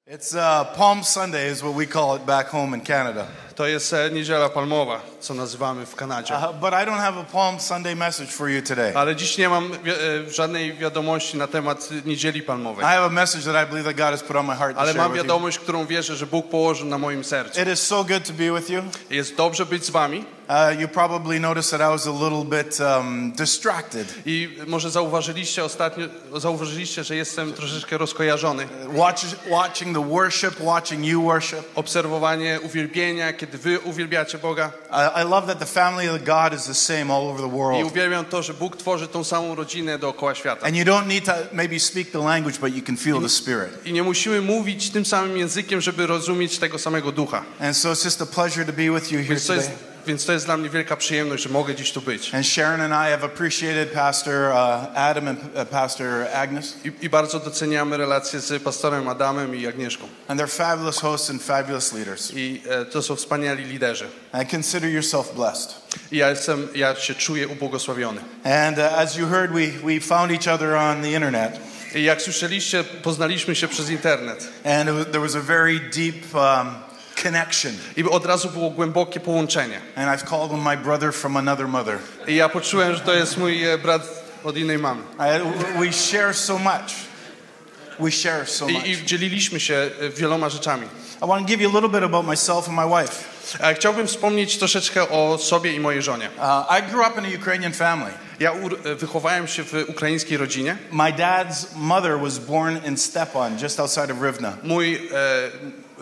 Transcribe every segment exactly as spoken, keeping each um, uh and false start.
It's uh, Palm Sunday is what we call it back home in Canada. To jest e, Niedziela Palmowa, co nazywamy w Kanadzie. Uh, but I don't have a Palm Sunday message for you today. Ale dziś nie mam wi- e, żadnej wiadomości na temat Niedzieli Palmowej. I have a message that I believe that God has put on my heart to Ale share mam with you. wiadomość, którą wierzę, że Bóg położył na moim sercu. It is so good to be with you. Jest dobrze być z wami Uh, you probably noticed that I was a little bit um, distracted. i może zauważyliście ostatnio, zauważyliście, że jestem troszeczkę rozkojarzony. Watch, watching the worship, watching you worship. Obserwowanie uwielbienia, kiedy wy uwielbiacie Boga. I, I love that the family of God is the same all over the I world. uwielbiam to, że Bóg tworzy tą samą rodzinę dookoła świata. And you don't need to maybe speak the language, but you can feel the Spirit. I nie musimy mówić tym samym językiem, żeby rozumieć tego samego ducha. And so it's just a pleasure to be with you here Więc to jest, today. więc to jest dla mnie wielka przyjemność, że mogę dziś tu być. And Sharon and I have appreciated Pastor uh, Adam and uh, Pastor Agnes. I, I bardzo doceniamy relacje z pastorem Adamem i Agnieszką. And they're fabulous hosts and fabulous leaders. I e, to są wspaniali liderzy. And consider yourself blessed. I ja jestem, ja się czuję ubłogosławiony. And uh, as you heard, we, we found each other on the internet. I jak słyszeliście, poznaliśmy się przez internet. And it was, there was a very deep um, connection. I od razu było głębokie połączenie. And I've called him my brother from another mother. I ja poczułem, że to jest mój e, brat od innej mamy. I, we share so much. We share so much. I, I dzieliliśmy się e, wieloma rzeczami. I want to give you a little bit about myself and my wife. A chciałbym wspomnieć troszeczkę o sobie i mojej żonie. Uh, I grew up in a Ukrainian family. Ja u- wychowałem się w ukraińskiej rodzinie. My dad's mother was born in Stepan, just outside of Rivne. Mój, e, e,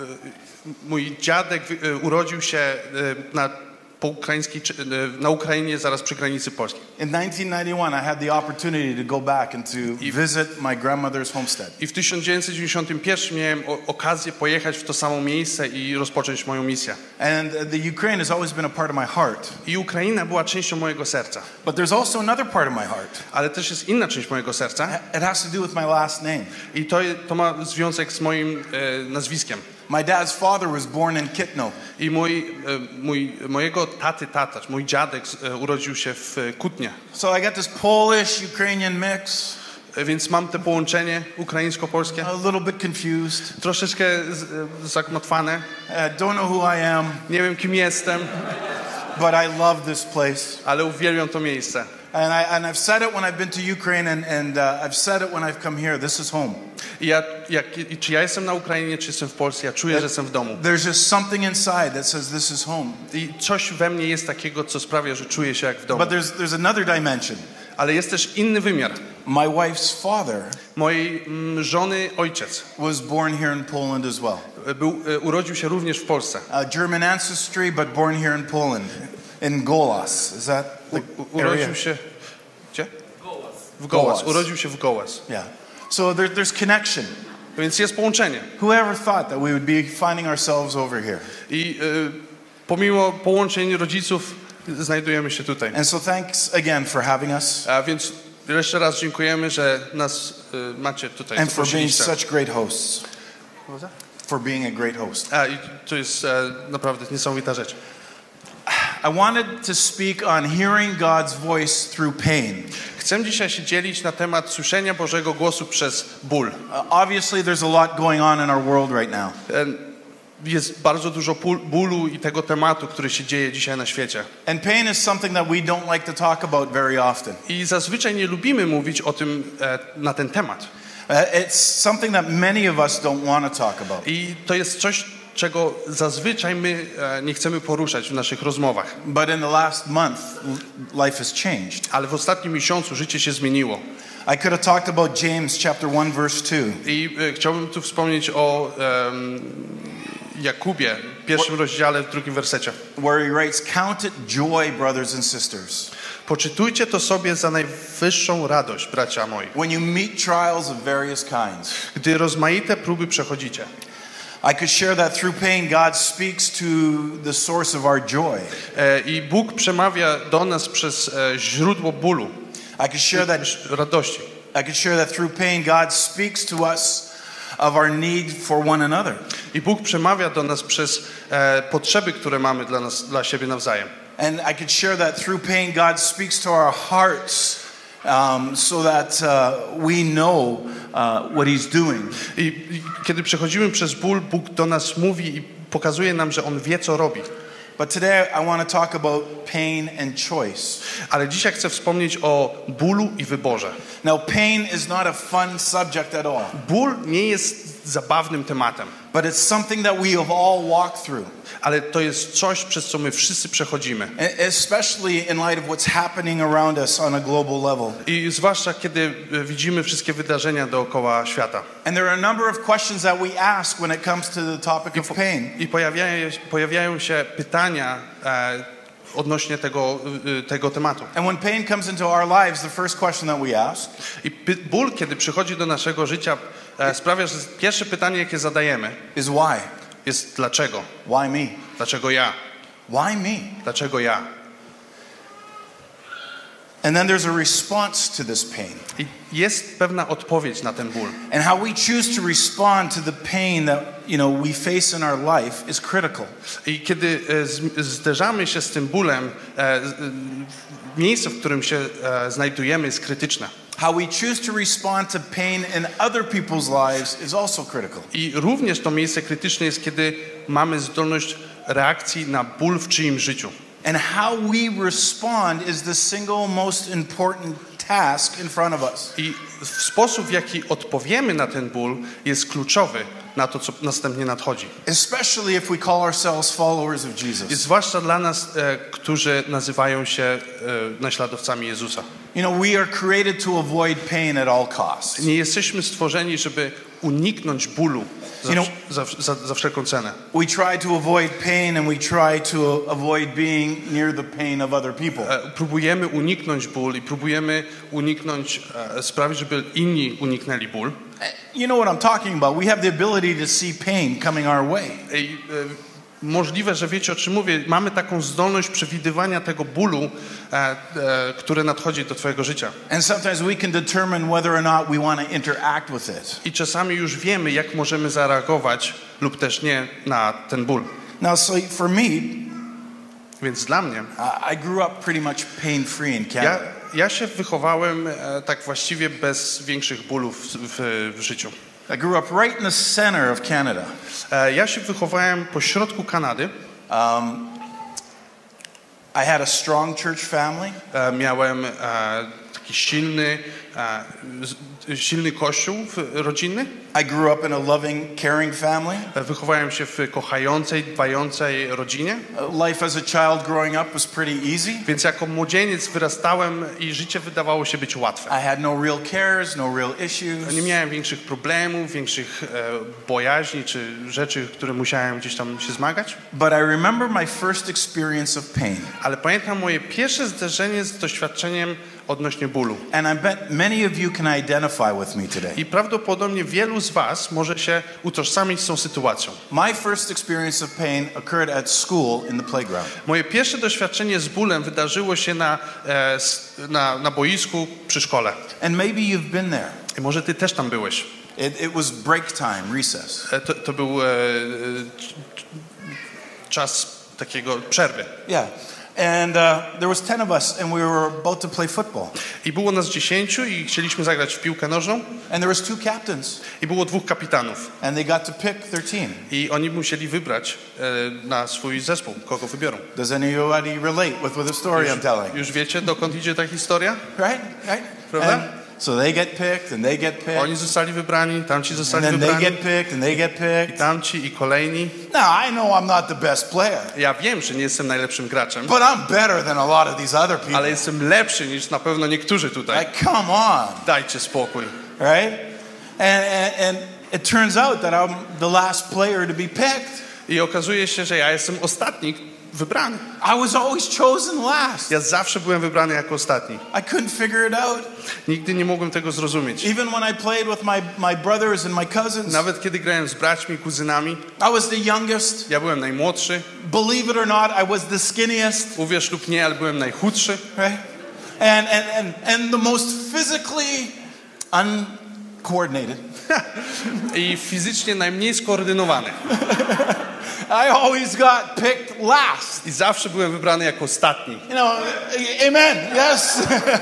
mój dziadek wy- e, urodził się e, na, po ukraińskiej, czy- e, na Ukrainie zaraz przy granicy polskiej. In nineteen ninety-one, I had the opportunity to go back and to visit my grandmother's homestead. I w tysiąc dziewięćset dziewięćdziesiątym pierwszym miałem o, okazję pojechać w to samo miejsce i rozpocząć moją misję. And uh, the Ukraine has always been a part of my heart. I Ukraina była częścią mojego serca. But there's also another part of my heart. Ale też jest inna część mojego serca. It has to do with my last name. I to, to ma związek z moim e, nazwiskiem. My dad's father was born in Kitno. I mój, e, mój, mojego taty tatacz, mój dziadek e, urodził się w e, Kutnie. So I got this Polish, Ukrainian mix. E, więc mam to połączenie ukraińsko-polskie. A little bit confused. Troszeczkę z, e, zagmatwane. I don't know who I am, Nie wiem, kim jestem, but I love this place. ale uwielbiam to miejsce. And, I, and I've said it when I've been to Ukraine, and, and uh, I've said it when I've come here. This is home. I ja, jak, i czy ja jestem na Ukrainie, czy jestem w Polsce, ja czuję, że jestem w domu. There's just something inside that says this is home. I coś we mnie jest takiego, co sprawia, że czuję się jak w domu. But there's, there's another dimension. Ale jest też inny wymiar. My wife's father Mojej mm, żony ojciec was born here in Poland as well. e, był, e, urodził się również w Polsce. Uh, German ancestry, but born here in Poland, in Golas. Is that the U, area? urodził się... Gdzie? W Gołas. Gołas. Urodził się w Gołas. Yeah. So there, there's connection. Więc jest połączenie. Whoever thought that we would be finding ourselves over here? I e, pomimo połączeń rodziców znajdujemy się tutaj. And so thanks again for having us A więc jeszcze raz dziękujemy, że nas e, macie tutaj. and for being zaprosiliście. such great hosts. For being a great host. A, i to jest e, naprawdę niesamowita rzecz. I wanted to speak on hearing God's voice through pain. Chcę dzisiaj się dzielić na temat słyszenia Bożego głosu przez ból. Uh, obviously, there's a lot going on in our world right now. E, Jest bardzo dużo pól- bólu i tego tematu, który się dzieje dzisiaj na świecie. And pain is something that we don't like to talk about very often. I zazwyczaj nie lubimy mówić o tym e, na ten temat. Uh, it's something that many of us don't want to talk about. I to jest coś, czego zazwyczaj my e, nie chcemy poruszać w naszych rozmowach. But in the last month, l- life has changed. Ale w ostatnim miesiącu życie się zmieniło. I could have talked about James chapter one verse two. I e, chciałbym tu wspomnieć o em, Jakubie, w pierwszym rozdziale, w drugim wersecie. Where he writes, "Count it joy, brothers and sisters, Poczytujcie to sobie za najwyższą radość, bracia moi, when you meet trials of various kinds." gdy rozmaite próby przechodzicie. I could share that through pain, God speaks to the source of our joy. E, I Bóg przemawia do nas przez e, źródło bólu, I could share that. radości. I could share that through pain, God speaks to us of our need for one another. I Bóg przemawia do nas przez e, potrzeby, które mamy dla nas, dla siebie nawzajem. And I could share that through pain, God speaks to our hearts um, so that uh, we know uh, what He's doing. I, I kiedy przechodzimy przez ból, Bóg do nas mówi i pokazuje nam, że On wie, co robi. But today I want to talk about pain and choice. Ale dzisiaj chcę wspomnieć o bólu i wyborze. Now, pain is not a fun subject at all. Ból nie jest zabawnym tematem, But it's something that we have all walked through, ale to jest coś, przez co my wszyscy przechodzimy. e- especially in light of what's happening around us on a global level. I zwłaszcza kiedy e, widzimy wszystkie wydarzenia dookoła świata. And there are a number of questions that we ask when it comes to the topic of pain. I pojawiają, pojawiają się pytania e, odnośnie tego, e, tego tematu. And when pain comes into our lives, the first question that we ask I py, ból, kiedy przychodzi do naszego życia, e, sprawia, że pierwsze pytanie, jakie zadajemy, is why? jest dlaczego? Why me? Dlaczego ja? Why me? Dlaczego ja? And then there's a response to this pain. I jest pewna odpowiedź na ten ból. And how we choose to respond to the pain that, you know, we face in our life is critical. I kiedy e, z, zderzamy się z tym bólem, e, e, miejsce, w którym się e, znajdujemy, jest krytyczne. How we choose to respond to pain in other people's lives is also critical. I również to miejsce krytyczne jest, kiedy mamy zdolność reakcji na ból w czyimś życiu. And how we respond is the single most important task in front of us. I sposób, w jaki odpowiemy na ten ból, jest kluczowy na to, co następnie nadchodzi. Especially if we call ourselves followers of I Jesus. zwłaszcza dla nas, e, którzy nazywają się e, naśladowcami Jezusa. You know, we are created to avoid pain at all costs. Nie jesteśmy stworzeni, żeby uniknąć bólu za, You know- za, za, za wszelką cenę. We try to avoid pain and we try to avoid being near the pain of other people. E, próbujemy uniknąć ból i próbujemy uniknąć, e, sprawić, żeby inni uniknęli ból. You know what I'm talking about. We have the ability to see pain coming our way. I, e, możliwe, że wiecie, o czym mówię. Mamy taką zdolność przewidywania tego bólu, e, e, który nadchodzi do twojego życia. And sometimes we can determine whether or not we want to interact with it. I czasami już wiemy, jak możemy zareagować lub też nie na ten ból. Now, so for me, Więc dla mnie, I I grew up pretty much pain-free in ja, Canada. ja się wychowałem e, tak właściwie bez większych bólów w, w, w życiu. I grew up right in the center of Canada. E, ja się wychowałem po środku Kanady. Um, I had a strong church family. E, miałem e, taki silny, e, z- silny kościół w- rodzinny. I grew up in a loving, caring family. E, wychowałem się w kochającej, dbającej rodzinie. Uh, Life as a child growing up was pretty easy. Więc jako młodzieniec wyrastałem i życie wydawało się być łatwe. I had no real cares, no real issues. Nie miałem większych problemów, większych e, bojaźni czy rzeczy, które musiałem gdzieś tam się zmagać. But I remember my first experience of pain. Ale pamiętam moje pierwsze zderzenie z doświadczeniem odnośnie bólu. And I bet many of you can identify with me today. I prawdopodobnie wielu z was może się utożsamić z tą sytuacją. My first experience of pain occurred at school in the playground. Moje pierwsze doświadczenie z bólem wydarzyło się na, e, s- na, na boisku przy szkole. And maybe you've been there. I może ty też tam byłeś. It, it was break time, recess. E, to, to był e, e, c- czas takiego przerwy. Yeah. And uh, there was ten of us and we were about to play football. I było nas dziesięciu i chcieliśmy zagrać w piłkę nożną. And there was two captains I było dwóch kapitanów. and they got to pick their team. I oni musieli wybrać e, na swój zespół, kogo wybiorą. Does anybody relate with, with the story I'm telling? Już wiecie, dokąd idzie ta historia? Right? Right? Prawda? And so they get picked and they get picked. Oni zostali wybrani, tamci And zostali then they wybrani, get picked and they get i picked. tamci, i kolejni. Now, I know I'm not the best player, Ja wiem, że nie jestem najlepszym graczem, but I'm better than a lot of these other people. ale jestem lepszy niż na pewno niektórzy tutaj. Like, come on, Dajcie spokój. right? And, and, and it turns out that I'm the last player to be picked. I okazuje się, że ja jestem ostatni wybrany. I was always chosen last. Ja zawsze byłem wybrany jako ostatni. I couldn't figure it out. Nigdy nie mogłem tego zrozumieć. Even when I played with my, my brothers and my cousins, Nawet kiedy grałem z braćmi, kuzynami, I was the youngest. ja byłem najmłodszy. Believe it or not, I was the skinniest, Uwierz lub nie, ale byłem najchudszy. right? And, and, and, and the most physically uncoordinated. I fizycznie najmniej skoordynowany. I always got picked last. I zawsze byłem wybrany jako ostatni. You know, amen. Yes.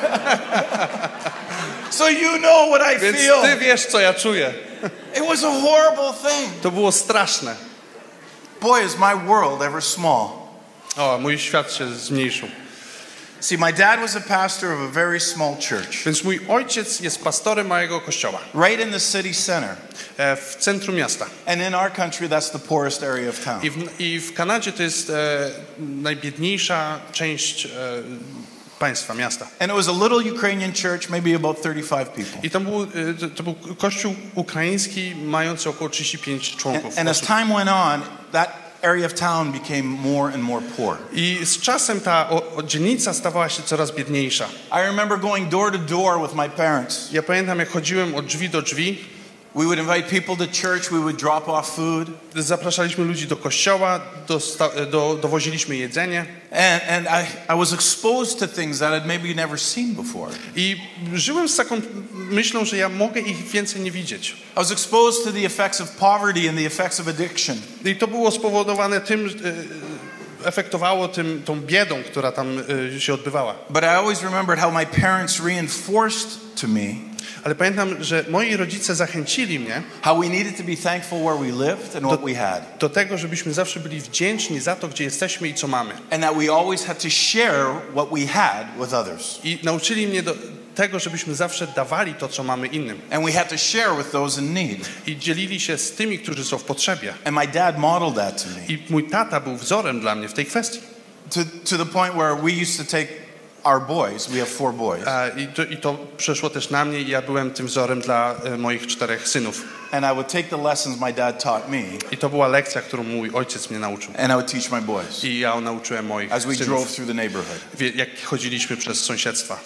So you know what I Więc feel. ty wiesz, co ja czuję. It was a horrible thing. To było straszne. Boy, is my world ever small. O, mój świat się zmniejszył. See, my dad was a pastor of a very small church. Więc mój ojciec jest pastorem małego kościoła. Right in the city center. E, w centrum miasta. And in our country, that's the poorest area of town. I w, i w Kanadzie to jest e, najbiedniejsza część e, państwa, miasta. And it was a little Ukrainian church, maybe about thirty-five people. I to był, e, to, to był kościół ukraiński mający około trzydzieści pięć członków. And, and as time went on, that area of town became more and more poor. I z czasem ta o, o, dzielnica stawała się coraz biedniejsza. I remember going door to door with my parents. Ja pamiętam, jak chodziłem od drzwi do drzwi. We would invite people to church, we would drop off food. Zapraszaliśmy ludzi do kościoła, dosta- do, dowoziliśmy jedzenie. And, and I, I was exposed to things that I'd maybe never seen before. I żyłem z taką myślą, że ja mogę ich więcej nie widzieć. I was exposed to the effects of poverty and the effects of addiction. I to było spowodowane tym, e, efektowało tym, tą biedą, która tam e, się odbywała. But I always remembered how my parents reinforced to me Ale pamiętam, że moi rodzice zachęcili mnie how we needed to be thankful where we lived and what we had. do tego, żebyśmy zawsze byli wdzięczni za to, gdzie jesteśmy i co mamy. And that we always had to share what we had with others. I nauczyli mnie do tego, żebyśmy zawsze dawali to, co mamy innym. And we had to share with those in need. I dzielili się z tymi, którzy są w potrzebie. And my dad modeled that to me. I mój tata był wzorem dla mnie w tej kwestii. To, to the point where we used to take our boys, we have four boys. A, i, to, I to przeszło też na mnie i ja byłem tym wzorem dla e, moich czterech synów. And I would take the lessons my dad taught me. I to była lekcja, którą mój ojciec mnie nauczył. And I would teach my boys. I ja nauczyłem moich As we synów, drove through the neighborhood. wie- jak chodziliśmy przez sąsiedztwa.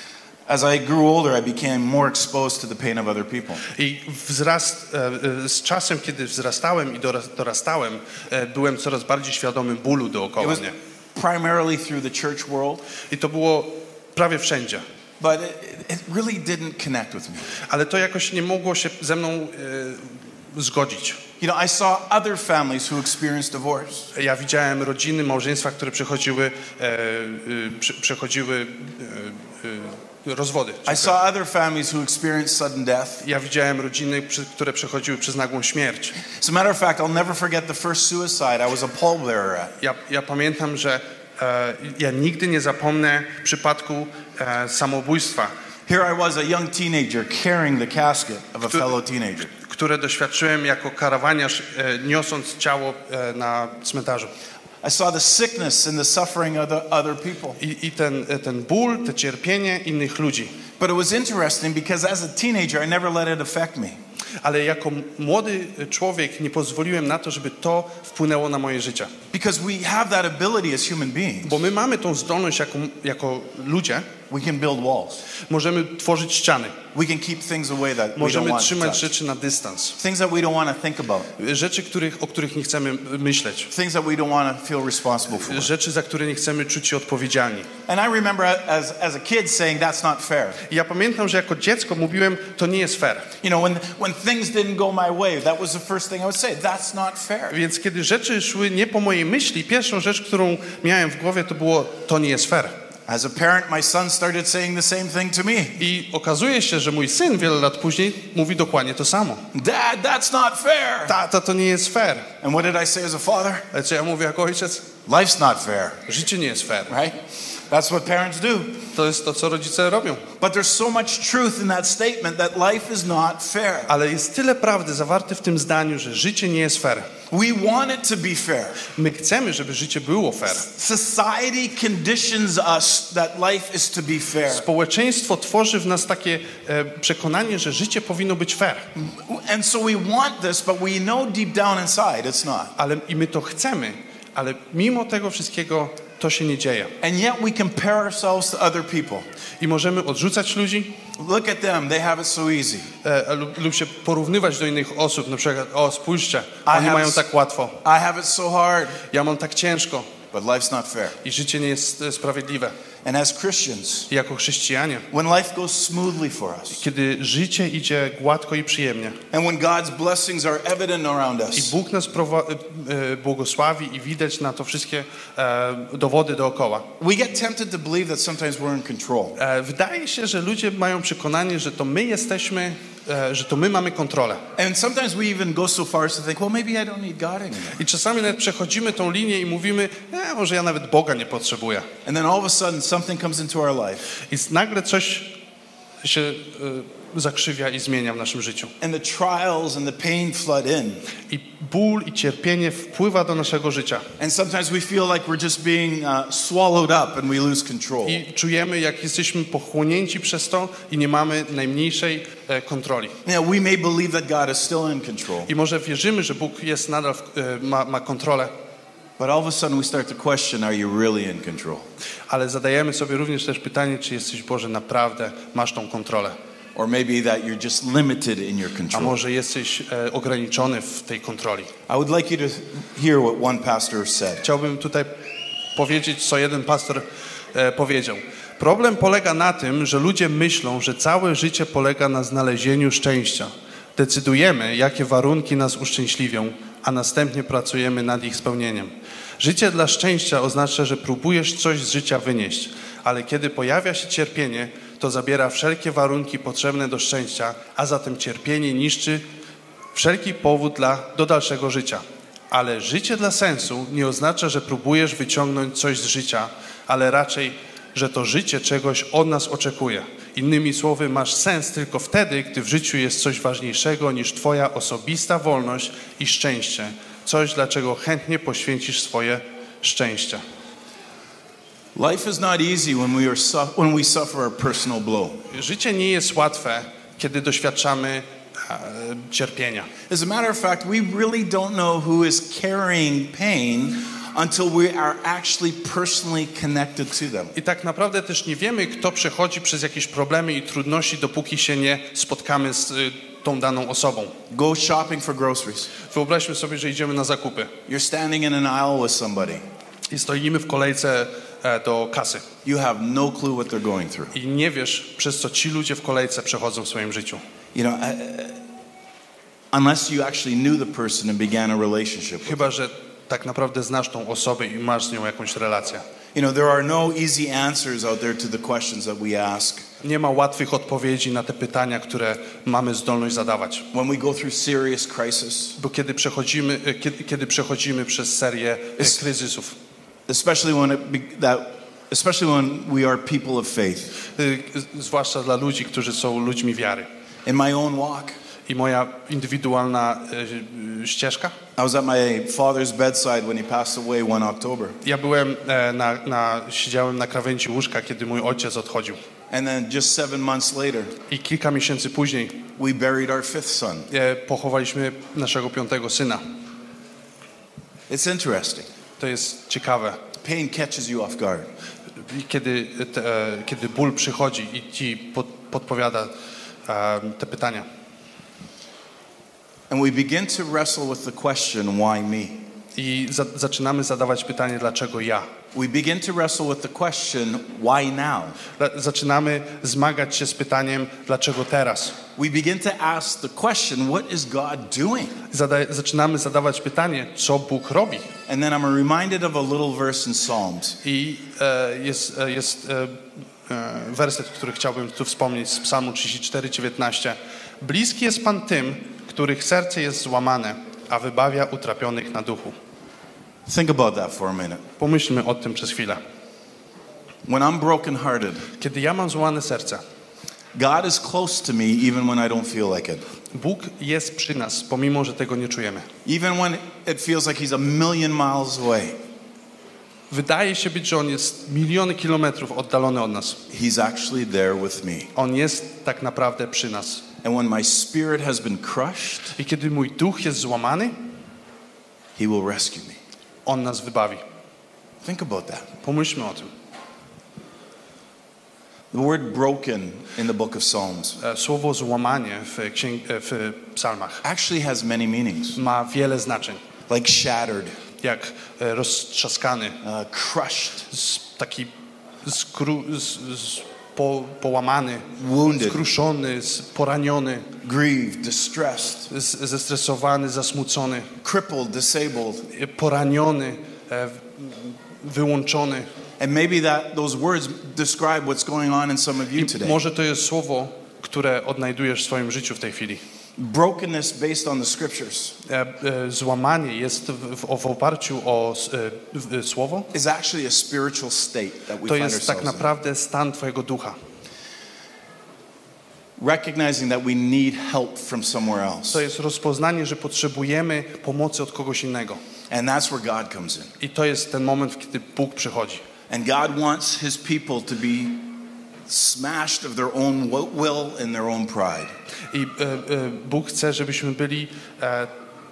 As I grew older, I became more exposed to the pain of other people. I wzrast, e, e, z czasem, kiedy wzrastałem i doras- dorastałem, e, byłem coraz bardziej świadomy bólu It dookoła was mnie. primarily through the church world, I to było prawie wszędzie. but it, it really didn't connect with me. Ale to jakoś nie mogło się ze mną e, zgodzić. You know, I saw other families who experienced divorce. Ja widziałem rodziny, małżeństwa, które przechodziły, e, e, prze, przechodziły e, e, rozwody. I saw other families who experienced sudden death. Ja widziałem rodziny, przy, które przechodziły przez nagłą śmierć. As a matter of fact, I'll never forget the first suicide I was a pallbearer at. Ja, ja pamiętam, że e, ja nigdy nie zapomnę przypadku e, samobójstwa, Here I was, a young teenager, carrying the casket of a fellow teenager. które doświadczyłem jako karawaniarz, e, niosąc ciało e, na cmentarzu. I saw the sickness and the suffering of the other people. I, i ten, ten ból, to cierpienie innych ludzi. But it was interesting because as a teenager, I never let it affect me. Ale jako młody człowiek nie pozwoliłem na to, żeby to wpłynęło na moje życie. Because we have that ability as human beings. Bo my mamy tą zdolność jako, jako ludzie, We can build walls. możemy tworzyć ściany. We can keep things away that we don't Możemy want to trzymać touch. rzeczy na dystans. Things that we don't want to think about. Rzeczy, których, o których nie chcemy myśleć. Things that we don't want to feel responsible for. Rzeczy, za które nie chcemy czuć się odpowiedzialni. And I remember as, as a kid saying, that's not fair. I ja pamiętam, że jako dziecko mówiłem, to nie jest fair. You know, when, when things didn't go my way, that was the first thing I would say, that's not fair. Więc kiedy rzeczy szły nie po mojej myśli, pierwszą rzecz, którą miałem w głowie, to było, to nie jest fair. As a parent, my son started saying the same thing to me. I okazuje się, że mój syn wiele lat później mówi dokładnie to samo. Dad, that's not fair. Tata, to nie jest fair. And what did I say as a father? Ale co ja mówię jako ojciec? Life's not fair, Życie nie jest fair. right? That's what parents do. To jest to, co rodzice robią. But there's so much truth in that statement that life is not fair. Ale jest tyle prawdy zawarte w tym zdaniu, że życie nie jest fair. We want it to be fair. My chcemy, żeby życie było fair. Society conditions us that life is to be fair. Społeczeństwo tworzy w nas takie e, przekonanie, że życie powinno być fair. And so we want this, but we know deep down inside it's not. Ale i my to chcemy, ale mimo tego wszystkiego to się nie dzieje. And yet we compare ourselves to other people. I możemy odrzucać ludzi Look at them, they have it so easy. e, lub, lub się porównywać do innych osób. Na przykład, o spójrzcie, I oni have mają s- tak łatwo. I have it so hard, Ja mam tak ciężko but life's not fair. i życie nie jest e, sprawiedliwe. And as Christians, jako chrześcijanie, when life goes smoothly for us, kiedy życie idzie gładko i przyjemnie and when God's blessings are evident around i us, Bóg nas prowa- e, błogosławi i widać na to wszystkie e, dowody dookoła. we get tempted to believe that sometimes we're in control. E, wydaje się, że ludzie mają przekonanie, że to my jesteśmy, e, że to my mamy kontrolę. And sometimes we even go so far as to think, well, maybe I don't need God anymore. I czasami nawet przechodzimy tą linię i mówimy, e, może ja nawet Boga nie potrzebuję. And then all of a sudden something comes into our life. I nagle coś się e, zakrzywia i zmienia w naszym życiu. And the trials and the pain flood in. I ból i cierpienie wpływa do naszego życia. And sometimes we feel like we're just being uh, swallowed up and we lose control. I czujemy, jak jesteśmy pochłonięci przez to i nie mamy najmniejszej e, kontroli. You know, we may believe that God is still in control. I może wierzymy, że Bóg jest nadal, w, e, ma, ma kontrolę, But all of a sudden we start to question, are you really in control? ale zadajemy sobie również też pytanie, czy jesteś, Boże, naprawdę masz tą kontrolę. Or maybe that you're just limited in your A control. może jesteś e, ograniczony w tej kontroli. I would like you to hear what one pastor said. Chciałbym tutaj powiedzieć, co jeden pastor e, powiedział. Problem polega na tym, że ludzie myślą, że całe życie polega na znalezieniu szczęścia. Decydujemy, jakie warunki nas uszczęśliwią, a następnie pracujemy nad ich spełnieniem. Życie dla szczęścia oznacza, że próbujesz coś z życia wynieść, ale kiedy pojawia się cierpienie, to zabiera wszelkie warunki potrzebne do szczęścia, a zatem cierpienie niszczy wszelki powód dla, do dalszego życia. Ale życie dla sensu nie oznacza, że próbujesz wyciągnąć coś z życia, ale raczej, że to życie czegoś od nas oczekuje. Innymi słowy, masz sens tylko wtedy, gdy w życiu jest coś ważniejszego niż twoja osobista wolność i szczęście. Coś, dlaczego chętnie poświęcisz swoje szczęście. Life is not easy when we, are su- when we suffer a personal blow. Życie nie jest łatwe, kiedy doświadczamy e, cierpienia. As a matter of fact, we really don't know who is carrying pain until we are actually personally connected to them. I tak naprawdę też nie wiemy, kto przechodzi przez jakieś problemy i trudności, dopóki się nie spotkamy z y, tą daną osobą. Go shopping for groceries. Wyobraźmy sobie, że idziemy na zakupy You're standing in an aisle with somebody. i stoimy w kolejce e, do kasy. You have no clue what they're going through. I nie wiesz, przez co ci ludzie w kolejce przechodzą w swoim życiu. You know, uh, unless you actually knew the person and began a relationship with Chyba że tak naprawdę znasz tą osobę i masz z nią jakąś relację. You know, there are no easy answers out there to the questions that we ask. Nie ma łatwych odpowiedzi na te pytania, które mamy zdolność zadawać. When we go through serious crisis, Bo kiedy przechodzimy, e, kiedy, kiedy przechodzimy przez serię e, kryzysów, especially when it be, that especially when we are people of faith. e, zwłaszcza dla ludzi, którzy są ludźmi wiary. In my own walk, I moja indywidualna e, ścieżka. I was at my father's bedside when he passed away one October. Ja byłem e, na, na, siedziałem na krawędzi łóżka, kiedy mój ojciec odchodził. And then just seven months later, I kilka miesięcy później we buried our fifth son. e, pochowaliśmy naszego piątego syna. It's interesting. To jest ciekawe. Pain catches you off guard. I kiedy, te, e, kiedy ból przychodzi i ci pod, podpowiada e, te pytania. And we begin to wrestle with the question, why me? I za, zaczynamy zadawać pytanie, dlaczego ja? We begin to wrestle with the question, why now? Dla- Zaczynamy zmagać się z pytaniem, dlaczego teraz? We begin to ask the question, what is God doing? Zada, zaczynamy zadawać pytanie, co Bóg robi? And then I'm reminded of a little verse in Psalms. I e, jest, e, jest e, e, werset, który chciałbym tu wspomnieć z Psalmu trzydzieści cztery, dziewiętnaście. Bliski jest Pan tym, których serce jest złamane, a wybawia utrapionych na duchu. Think about that for a minute. Pomyślmy o tym przez chwilę. When I'm brokenhearted, Kiedy ja mam złamane serce, God is close to me even when I don't feel like it. Bóg jest przy nas, pomimo że tego nie czujemy. Even when it feels like he's a million miles away, Wydaje się być, że On jest miliony kilometrów oddalony od nas. he's actually there with me. On jest tak naprawdę przy nas. And when my spirit has been crushed, I kiedy mój duch jest złamany, he will rescue me. On nas wybawi. Think about that. Pomyślmy o tym. The word broken in the book of Psalms E, Słowo złamanie w, księg- e, w psalmach actually has many meanings, ma wiele znaczeń. like shattered, Jak e, roztrzaskany, uh, crushed, z- taki skru, z, z, po, połamany, Wounded. skruszony, z, poraniony, grieved, distressed, z, zestresowany, zasmucony, crippled, disabled. poraniony, e, wyłączony. And maybe that those words describe what's going on in some of you I today. może to jest słowo, które odnajdujesz w swoim życiu w tej chwili. Brokenness based on the scriptures E, e, złamanie jest w, w, w oparciu o e, w, słowo. is actually a spiritual state that we To find jest tak ourselves naprawdę stan twojego ducha. in. Recognizing that we need help from somewhere else. To jest rozpoznanie, że potrzebujemy pomocy od kogoś innego. And that's where God comes in. I to jest ten moment, kiedy Bóg przychodzi. And God wants his people to be smashed of their own will and their own pride. I e, e, Bóg chce, żebyśmy byli e,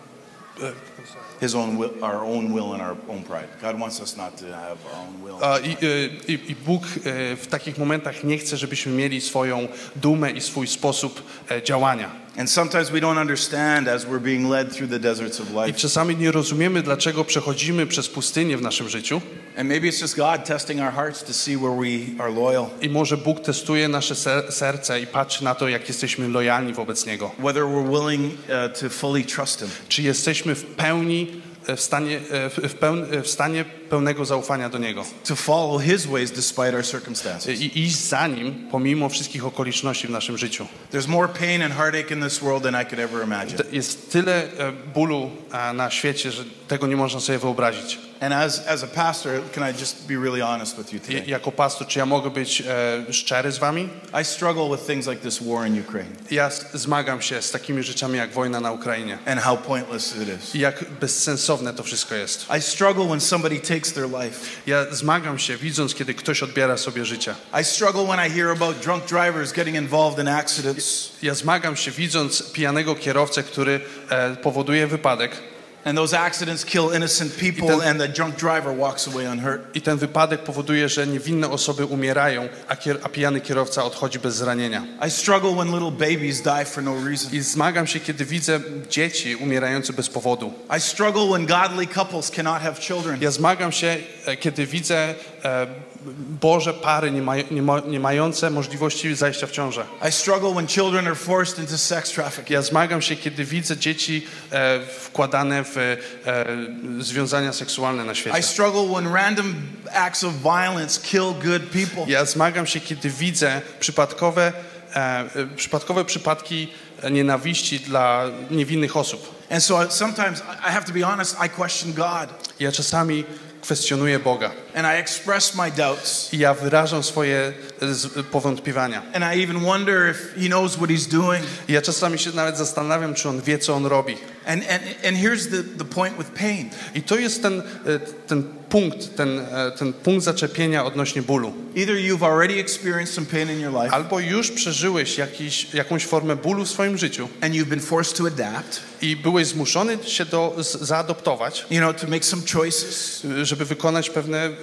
His own will, our own will and our own pride. God wants us not to have our own will. a, i, e, i, I Bóg e, w takich momentach nie chce, żebyśmy mieli swoją dumę i swój sposób e, działania. And sometimes we don't understand as we're being led through the deserts of I life. czasami nie rozumiemy, dlaczego przechodzimy przez pustynię w naszym życiu. And maybe it's just God testing our hearts to see where we are loyal. I może Bóg testuje nasze ser- serce i patrzy na to, jak jesteśmy lojalni wobec Niego. Whether we're willing uh, to fully trust him. Czy jesteśmy w pełni e, w stanie, e, w, w, peł, e, w stanie pełnego zaufania do Niego. To follow his ways despite our circumstances. I iść za Nim pomimo wszystkich okoliczności w naszym życiu. There's more pain and heartache in this world than I could ever imagine. Jest tyle e, bólu e, na świecie, że tego nie można sobie wyobrazić. And as, as a pastor, can I just be really honest with you I, today? jako pastor, czy ja mogę być e, szczery z wami? I struggle with things like this war in Ukraine Ja z- zmagam się z takimi rzeczami jak wojna na Ukrainie. and how pointless it is. I jak bezsensowne to wszystko jest. I struggle when somebody takes their life. Ja zmagam się widząc, kiedy ktoś odbiera sobie życie. I struggle when I hear about drunk drivers getting involved in accidents. Ja zmagam się widząc pijanego kierowcę, który e, powoduje wypadek. And those accidents kill innocent people, ten- and the drunk driver walks away unhurt. I ten wypadek powoduje, że niewinne osoby umierają, a, kier- a pijany kierowca odchodzi bez zranienia. I struggle when little babies die for no reason. I zmagam się, kiedy widzę dzieci umierające bez powodu. I struggle when godly couples cannot have children. Ja zmagam się, e, kiedy widzę e, Boże pary nie, maj, nie, ma, nie mające możliwości zajścia w ciążę. I struggle when children are forced into sex trafficking. Ja zmagam się, kiedy widzę dzieci e, wkładane w e, związania seksualne na świecie. I struggle when random acts of violence kill good people. Ja zmagam się, kiedy widzę przypadkowe, e, e, przypadkowe przypadki nienawiści dla niewinnych osób. And so sometimes I have to be honest, I question God. Ja czasami kwestionuję Boga And I express my doubts. i ja wyrażam swoje z- powątpiewania. And I even wonder if he knows what he's doing. I ja czasami się nawet zastanawiam, czy On wie, co On robi. And, and, and here's the, the point with pain. I to jest ten, e, ten punkt, ten, e, ten punkt zaczepienia odnośnie bólu. Either you've already experienced some pain in your life Albo już przeżyłeś jakiś, jakąś formę bólu w swoim życiu and you've been forced to adapt, i byłeś zmuszony się do, z, zaadoptować, you know, to make some choices. żeby wykonać pewne e, e,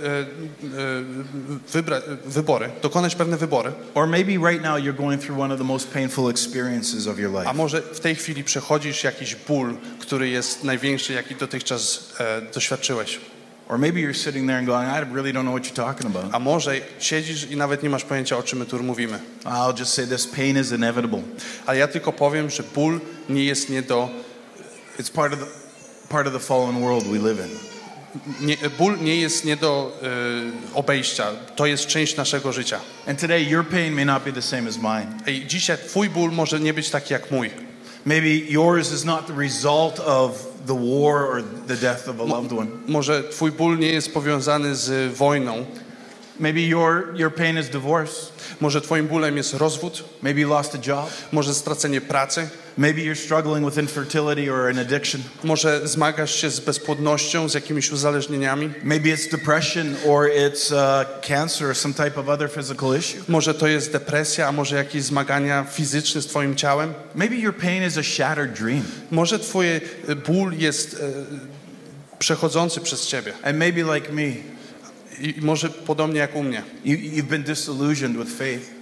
wybra, wybory, dokonać pewne wybory. Or maybe right now you're going through one of the most painful experiences of your A life. może w tej chwili przechodzisz jakiś ból, który jest największy, jaki dotychczas e, doświadczyłeś. Or maybe you're sitting there and going, I really don't know what you're talking about. A może siedzisz i nawet nie masz pojęcia, o czym my tu mówimy. I'll just say this, pain is inevitable. Ale ja tylko powiem, że ból nie jest nie do... It's part of the, part of the fallen world we live in. Nie, ból nie jest nie do e, obejścia. To jest część naszego życia. And today your pain may not be the same as mine. I dzisiaj twój ból może nie być taki jak mój. Maybe yours is not the result of the war or the death of a loved one. Może twój ból nie jest powiązany z wojną. Maybe your, your pain is divorce. Może twoim bólem jest rozwód. Maybe you lost a job. Może stracenie pracy. Maybe you're struggling with infertility or an addiction. Może zmagasz się z bezpłodnością, z jakimiś uzależnieniami. Maybe it's depression or it's uh, cancer or some type of other physical issue. Może to jest depresja, a może jakieś zmagania fizyczne z twoim ciałem. Maybe your pain is a shattered dream. Może twój ból jest e, przechodzący przez ciebie. And maybe like me, I, I może podobnie jak u mnie. you, you've been disillusioned with faith.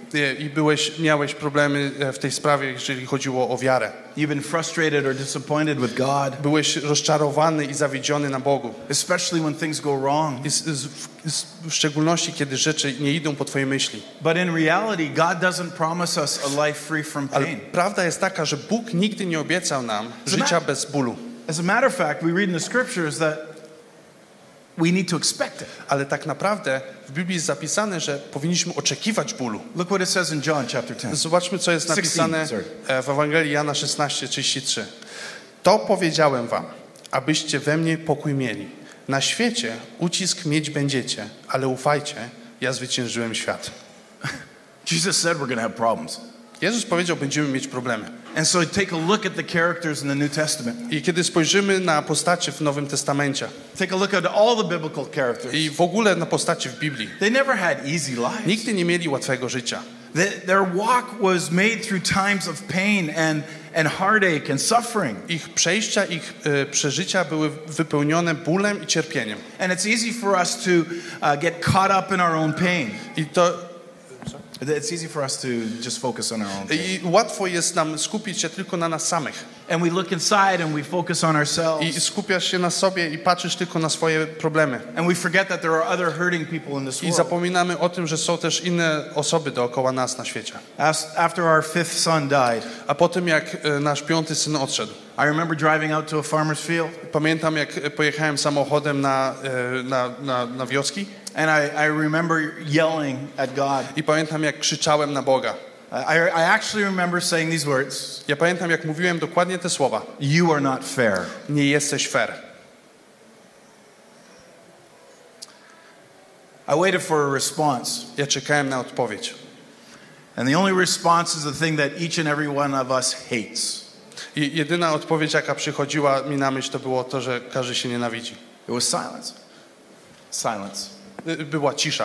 I, i byłeś, miałeś problemy w tej sprawie, jeżeli chodziło o wiarę. You've been frustrated or disappointed with God. Byłeś rozczarowany i zawiedziony na Bogu. Especially when things go wrong. I z, z, z, w szczególności, kiedy rzeczy nie idą po twojej myśli. But in reality, God doesn't promise us a life free from Ale pain. prawda jest taka, że Bóg nigdy nie obiecał nam życia bez bólu. As a matter of fact, we read in the scriptures that we need to expect it. Ale tak naprawdę w Biblii jest zapisane, że powinniśmy oczekiwać bólu. Look what it says in John chapter ten. Zobaczmy, co jest napisane sixteen, w Ewangelii Jana szesnaście trzydzieści trzy. To powiedziałem wam, abyście we mnie pokój mieli. Na świecie ucisk mieć będziecie, ale ufajcie, ja zwyciężyłem świat. Jesus said we're going to have problems. Jezus powiedział, będziemy mieć problemy. And so take a look at the characters in the New Testament. I kiedy spojrzymy na postacie w Nowym Testamencie, Take a look at all the biblical characters. i w ogóle na postacie w Biblii, They never had easy lives. nigdy nie mieli łatwego życia. The, their walk was made through times of pain and, and heartache and suffering. Ich przejścia, ich e, przeżycia były wypełnione bólem i cierpieniem. And it's easy for us to uh, get caught up in our own pain. I to It's easy for us to just focus on our own pain. i łatwo jest nam skupić się tylko na nas samych. And we look inside and we focus on I ourselves. skupiasz się na sobie i patrzysz tylko na swoje problemy. And we forget that there are other hurting people in this I world. zapominamy o tym, że są też inne osoby dookoła nas na świecie. As- After our fifth son died, A po tym, jak e, nasz piąty syn odszedł, I remember driving out to a farmer's field. pamiętam, jak e, pojechałem samochodem na, e, na, na, na wioski And I, I remember yelling at God. i pamiętam, jak krzyczałem na Boga. I, I actually remember saying these words: Ja pamiętam, jak mówiłem dokładnie te słowa. You are not fair. Nie jesteś fair. I waited for a response. Ja czekałem na odpowiedź. And the only response is the thing that each and every one of us hates. I jedyna odpowiedź, jaka przychodziła mi na myśl, to było to, że każdy się nienawidzi. It was silence. Silence. Y, Była cisza.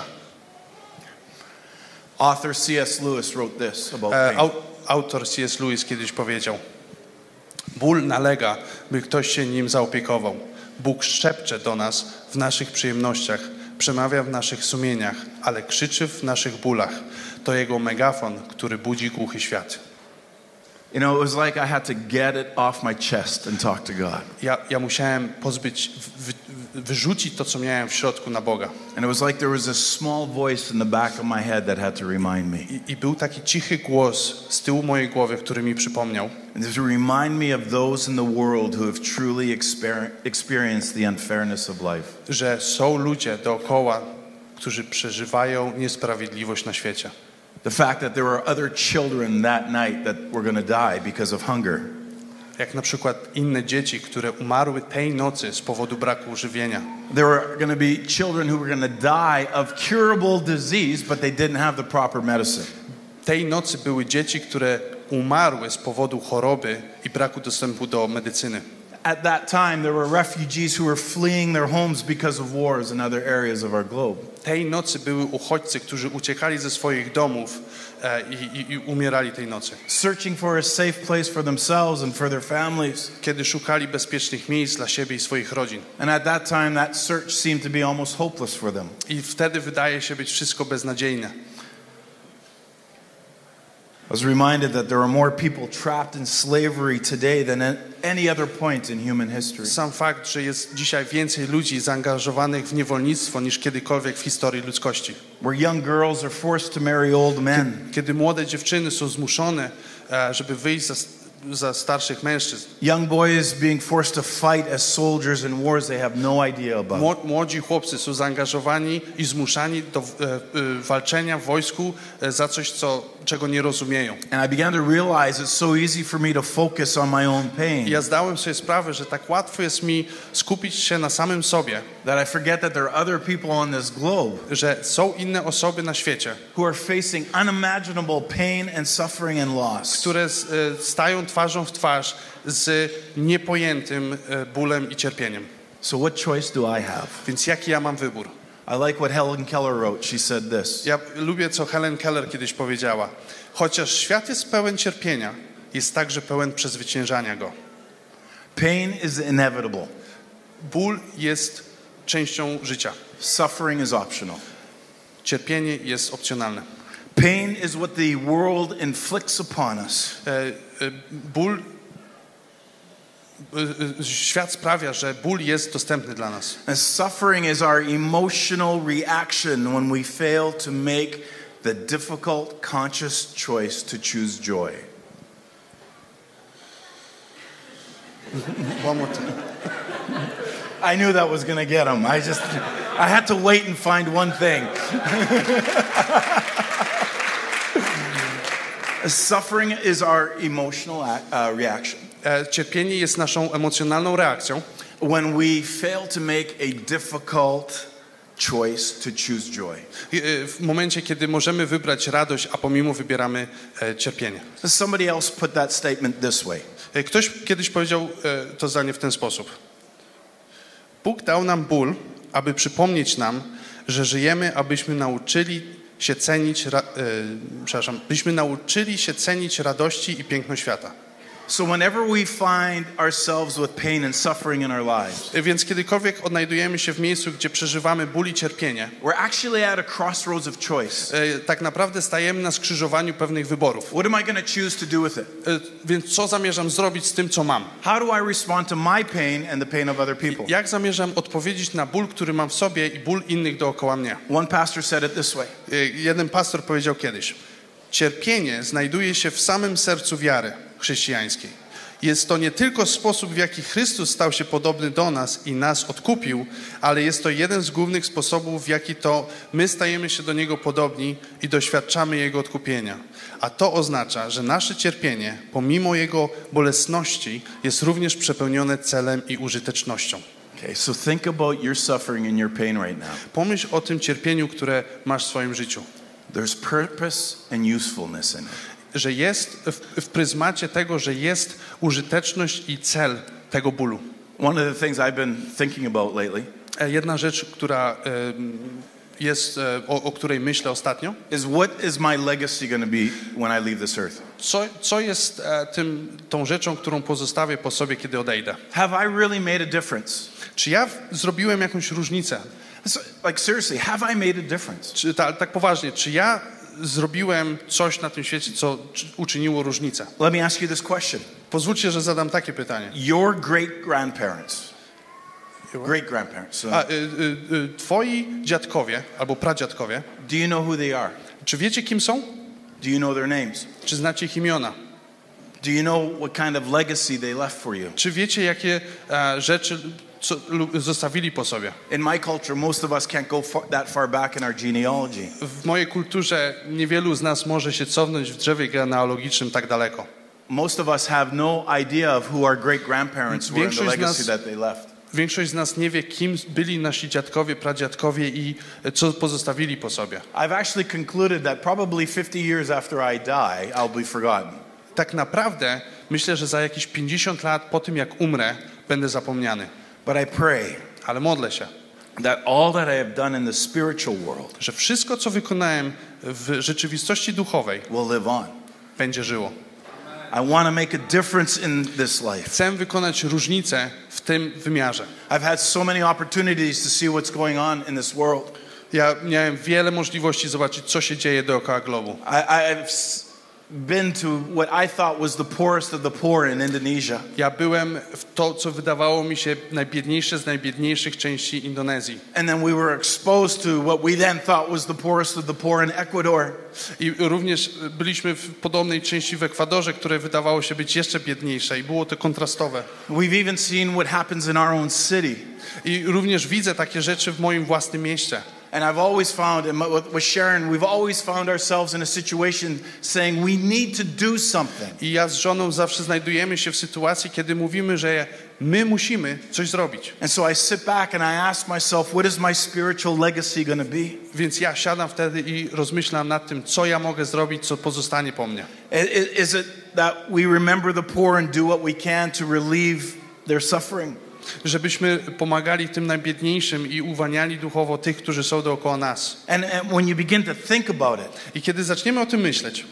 Author C S Lewis wrote this about E, pain. au, autor C S Lewis kiedyś powiedział: ból nalega, by ktoś się nim zaopiekował. Bóg szepcze do nas w naszych przyjemnościach, przemawia w naszych sumieniach, ale krzyczy w naszych bólach. To jego megafon, który budzi głuchy świat. You know, it was like I had to get it off my chest and talk to God. Ja, ja musiałem pozbyć, wy, wyrzucić to, co miałem w środku, na Boga. And it was like there was a small voice in the back of my head that had to remind me. I, I był taki cichy głos z tyłu mojej głowy, który mi przypomniał, And to remind me of those in the world who have truly exper- experienced the unfairness of life. że są ludzie dookoła, którzy przeżywają niesprawiedliwość na świecie. The fact that there were other children that night that were going to die because of hunger. Jak na przykład inne dzieci, które umarły tej nocy z powodu braku żywienia. There were going to be children who were going to die of curable disease, but they didn't have the proper medicine. Tej nocy były dzieci, które umarły z powodu choroby i braku dostępu do medycyny. At that time, there were refugees who were fleeing their homes because of wars in other areas of our globe. Tej nocy były uchodźcy, którzy uciekali ze swoich domów e, i, i, i umierali tej nocy. Searching for a safe place for themselves and for their families. Kiedy szukali bezpiecznych miejsc dla siebie i swoich rodzin. And at that time, that search seemed to be almost hopeless for them. I wtedy wydaje się być wszystko beznadziejne. I was reminded that there are more people trapped in slavery today than at any other point in human history. Sam fakt, że jest dzisiaj więcej ludzi zaangażowanych w niewolnictwo niż kiedykolwiek w historii ludzkości. Where young girls are forced to marry old men. Kiedy młode dziewczyny są zmuszone, e, żeby wyjść za, za starszych mężczyzn. Young boys being forced to fight as soldiers in wars they have no idea about. Mło- Młodzi chłopcy są zaangażowani i zmuszani do e, e, walczenia w wojsku e, za coś, co, czego nie rozumieją. And I began to realize it's so easy for me to focus on my own I pain ja zdałem sobie sprawę, że tak łatwo jest mi skupić się na samym sobie, that I forget that there are other people on this globe że są inne osoby na świecie, who are facing unimaginable pain and suffering and loss. które s- e, stają twarzą w twarz z niepojętym e, bólem i cierpieniem. So what choice do I have? Więc jaki ja mam wybór? I like what Helen Keller wrote. She said this: Ja lubię, co Helen Keller kiedyś powiedziała. Chociaż świat jest pełen cierpienia, jest także pełen przezwyciężania go. pain is inevitable. Ból jest częścią życia. Suffering is optional. Cierpienie jest opcjonalne. Pain is what the world inflicts upon us. E, e, ból, e, e, świat sprawia, że ból jest dostępny dla nas. And suffering is our emotional reaction when we fail to make the difficult conscious choice to choose joy. One more time. I knew that was going to get him. I just, I had to wait and find one thing. Suffering is our emotional uh, reaction. E, cierpienie jest naszą emocjonalną reakcją, When we fail to make a difficult choice to choose joy. e, w momencie, kiedy możemy wybrać radość, a pomimo wybieramy e, cierpienie. Somebody else put that statement this way. E, ktoś kiedyś powiedział e, to zdanie w ten sposób. Bóg dał nam ból, aby przypomnieć nam, że żyjemy, abyśmy nauczyli się cenić, ra, e, przepraszam, byśmy nauczyli się cenić radości i piękno świata. So whenever we find ourselves with pain and suffering in our lives, E, Więc kiedykolwiek odnajdujemy się w miejscu, gdzie przeżywamy ból i cierpienie, we're actually at a crossroads of choice. e, tak naprawdę stajemy na skrzyżowaniu pewnych wyborów. What am I going to choose to do with it? E, Więc co zamierzam zrobić z tym, co mam? How do I respond to my pain and the pain of other people? Jak zamierzam odpowiedzieć na ból, który mam w sobie i ból innych dookoła mnie? One pastor said it this way. E, Jeden pastor powiedział kiedyś: cierpienie znajduje się w samym sercu wiary chrześcijańskiej. Jest to nie tylko sposób, w jaki Chrystus stał się podobny do nas i nas odkupił, ale jest to jeden z głównych sposobów, w jaki to my stajemy się do Niego podobni i doświadczamy Jego odkupienia. A to oznacza, że nasze cierpienie, pomimo Jego bolesności, jest również przepełnione celem i użytecznością. Okay, so think about your suffering and your pain right now. Pomyśl o tym cierpieniu, które masz w swoim życiu. There's purpose and usefulness in it. Że jest w, w pryzmacie tego, że jest użyteczność i cel tego bólu. One of the things I've been thinking about lately E, Jedna rzecz, która e, jest, e, o, o której myślę ostatnio, is what is my legacy going to be when I leave this earth? co, co jest e, tym, tą rzeczą, którą pozostawię po sobie, kiedy odejdę. Have I really made a difference? Czy ja w, zrobiłem jakąś różnicę? So, like seriously, have I made a difference? Czy, ta, tak poważnie, czy ja zrobiłem coś na tym świecie, co czy, uczyniło różnicę? Let me ask you this question. Pozwólcie, że zadam takie pytanie. Your great grandparents, great grandparents, so, A, y, y, y, twoi dziadkowie albo pradziadkowie, do you know who they are? czy wiecie, kim są? Do you know their names? Czy znacie ich imiona? Do you know what kind of legacy they left for you? Czy wiecie, jakie e, rzeczy co, lub zostawili po sobie? In my culture, most of us can't go far, that far back in our genealogy. W mojej kulturze niewielu z nas może się cofnąć w drzewie genealogicznym tak daleko. Most of us have no idea of who our great grandparents were and the Większość z legacy nas- that they left. Większość z nas nie wie, kim byli nasi dziadkowie, pradziadkowie i co pozostawili po sobie. I've actually concluded that probably fifty years after I die, I'll be forgotten. Tak naprawdę myślę, że za jakieś pięćdziesiąt lat po tym, jak umrę, będę zapomniany. But I pray Ale modlę się, that all that I have done in the spiritual world że wszystko, co wykonałem w rzeczywistości duchowej, will live on. będzie żyło. I want to make a difference in this life. Chcę wykonać różnicę w tym wymiarze. I've had so many opportunities to see what's going on in this world. Ja miałem wiele możliwości zobaczyć, co się dzieje dookoła globu. I, I've s- been to what I thought was the poorest of the poor in Indonesia. Ja byłem w to, co wydawało mi się najbiedniejsze z najbiedniejszych części Indonezji. And then we were exposed to what we then thought was the poorest of the poor in Ecuador. I również byliśmy w podobnej części w Ekwadorze, które wydawało się być jeszcze biedniejsze i było to kontrastowe. We've even seen what happens in our own city. I również widzę takie rzeczy w moim własnym mieście. And I've always found, and with with Sharon, we've always found ourselves in a situation saying we need to do something. I ja z żoną zawsze znajdujemy się w sytuacji, kiedy mówimy, że my musimy coś zrobić. And so I sit back and I ask myself, what is my spiritual legacy going to be? Więc ja siadam wtedy i rozmyślam nad tym, co ja mogę zrobić, co pozostanie po mnie. I- i- Is it that we remember the poor and do what we can to relieve their suffering? Żebyśmy pomagali tym najbiedniejszym i uwalniali duchowo tych, którzy są dookoła nas. And, and when you begin to think about it, I kiedy zaczniemy o tym myśleć,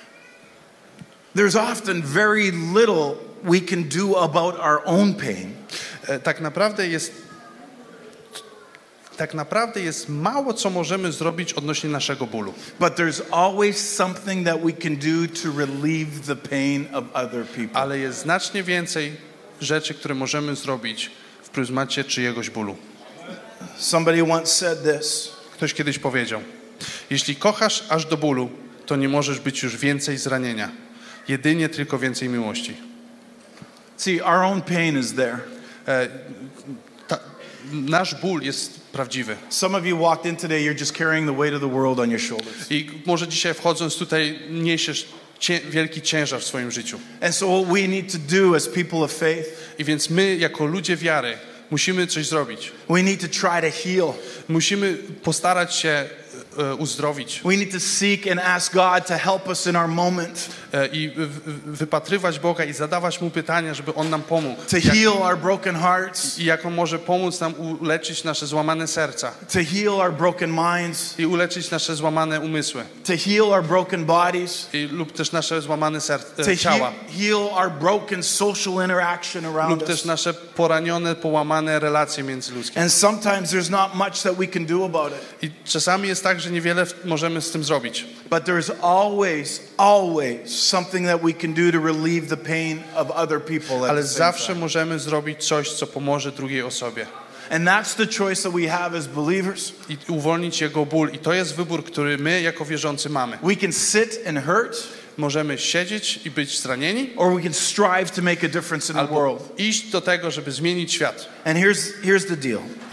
there's often very little we can do about our own pain. e, tak naprawdę jest tak naprawdę jest mało, co możemy zrobić odnośnie naszego bólu. But there's always something that we can do to relieve the pain of other people. Ale jest znacznie więcej rzeczy, które możemy zrobić w pryzmacie czyjegoś bólu. Somebody once said this. Ktoś kiedyś powiedział: jeśli kochasz aż do bólu, to nie możesz być już więcej zranienia. Jedynie tylko więcej miłości. See, our own pain is there. E, ta, nasz ból jest prawdziwy. Some of you walked in today, you're just carrying the weight of the world on your shoulders. I może dzisiaj wchodząc tutaj niesiesz cie, wielki ciężar w swoim życiu. And so what we need to do as people of faith, I więc my jako ludzie wiary musimy coś zrobić. we need to try to heal. Musimy postarać się e, uzdrowić We need to seek and ask God to help us in our moment, e, i w, w, wypatrywać Boga i zadawać Mu pytania, żeby On nam pomógł. to Jak, heal our broken hearts, I jak On może pomóc nam uleczyć nasze złamane serca to heal our broken minds, i uleczyć nasze złamane umysły to heal our broken bodies, i, lub też nasze złamane ser, to e, he- ciała heal our broken social interaction around lub też us. nasze poranione, połamane relacje międzyludzkie. And sometimes there's not much that we can do about it. I czasami jest tak, że niewiele w- możemy z tym zrobić. But there's always, always something that we can do to relieve the pain of other people at Ale the same zawsze time. możemy zrobić coś, co pomoże drugiej osobie. And that's the choice that we have as believers. I uwolnić jego ból. I to jest wybór, który my jako wierzący mamy. We can sit and hurt, Możemy siedzieć i być zranieni, or we can strive to make a difference in the albo world. iść do tego, żeby zmienić świat. And here's, here's the deal. I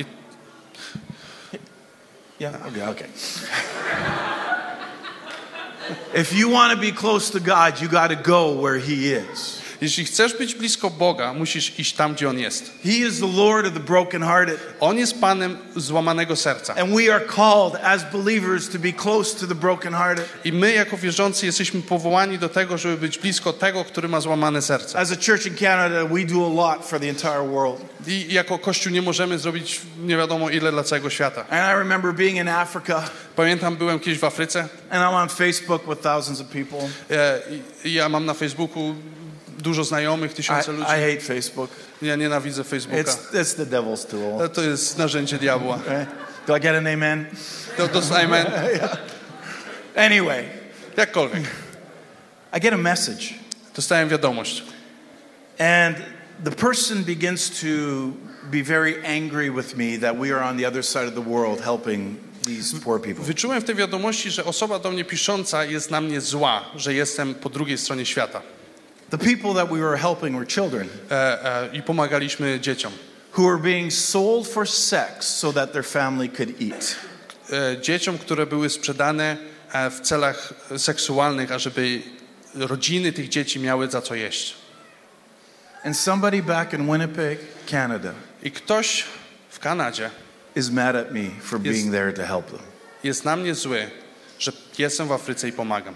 Yeah, okay, okay. If you want to be close to God, you got to go where He is. jeśli chcesz być blisko Boga, musisz iść tam, gdzie On jest. He is the Lord of the brokenhearted. On jest Panem złamanego serca. And we are called as believers to be close to the brokenhearted. I my jako wierzący jesteśmy powołani do tego, żeby być blisko tego, który ma złamane serce. As a church in Canada, we do a lot for the entire world. I jako Kościół nie możemy zrobić nie wiadomo ile dla całego świata. And I remember being in Africa, Pamiętam, byłem kiedyś w Afryce. and I'm on Facebook with thousands of people. E, i, i ja mam na Facebooku dużo znajomych, I, tysiące I ludzi. hate Facebook. Ja nienawidzę Facebooka. It's, it's the devil's tool. E, To jest narzędzie diabła. Right? Do I get an amen? To, to jest amen. Anyway, Jakkolwiek. I get a message, Dostałem wiadomość. and the person begins to be very angry with me that we are on the other side of the world helping these poor people. Wyczułem w tej wiadomości, że osoba do mnie pisząca jest na mnie zła, że jestem po drugiej stronie świata. The people that we were helping were children E, e, I pomagaliśmy dzieciom. who were being sold for sex so that their family could eat. E, dzieciom, które były sprzedane e, w celach seksualnych, ażeby rodziny tych dzieci miały za co jeść. And somebody back in Winnipeg, Canada, I ktoś w Kanadzie is mad at me for Yes. being there to help them. jest na mnie zły, że jestem w Afryce i pomagam.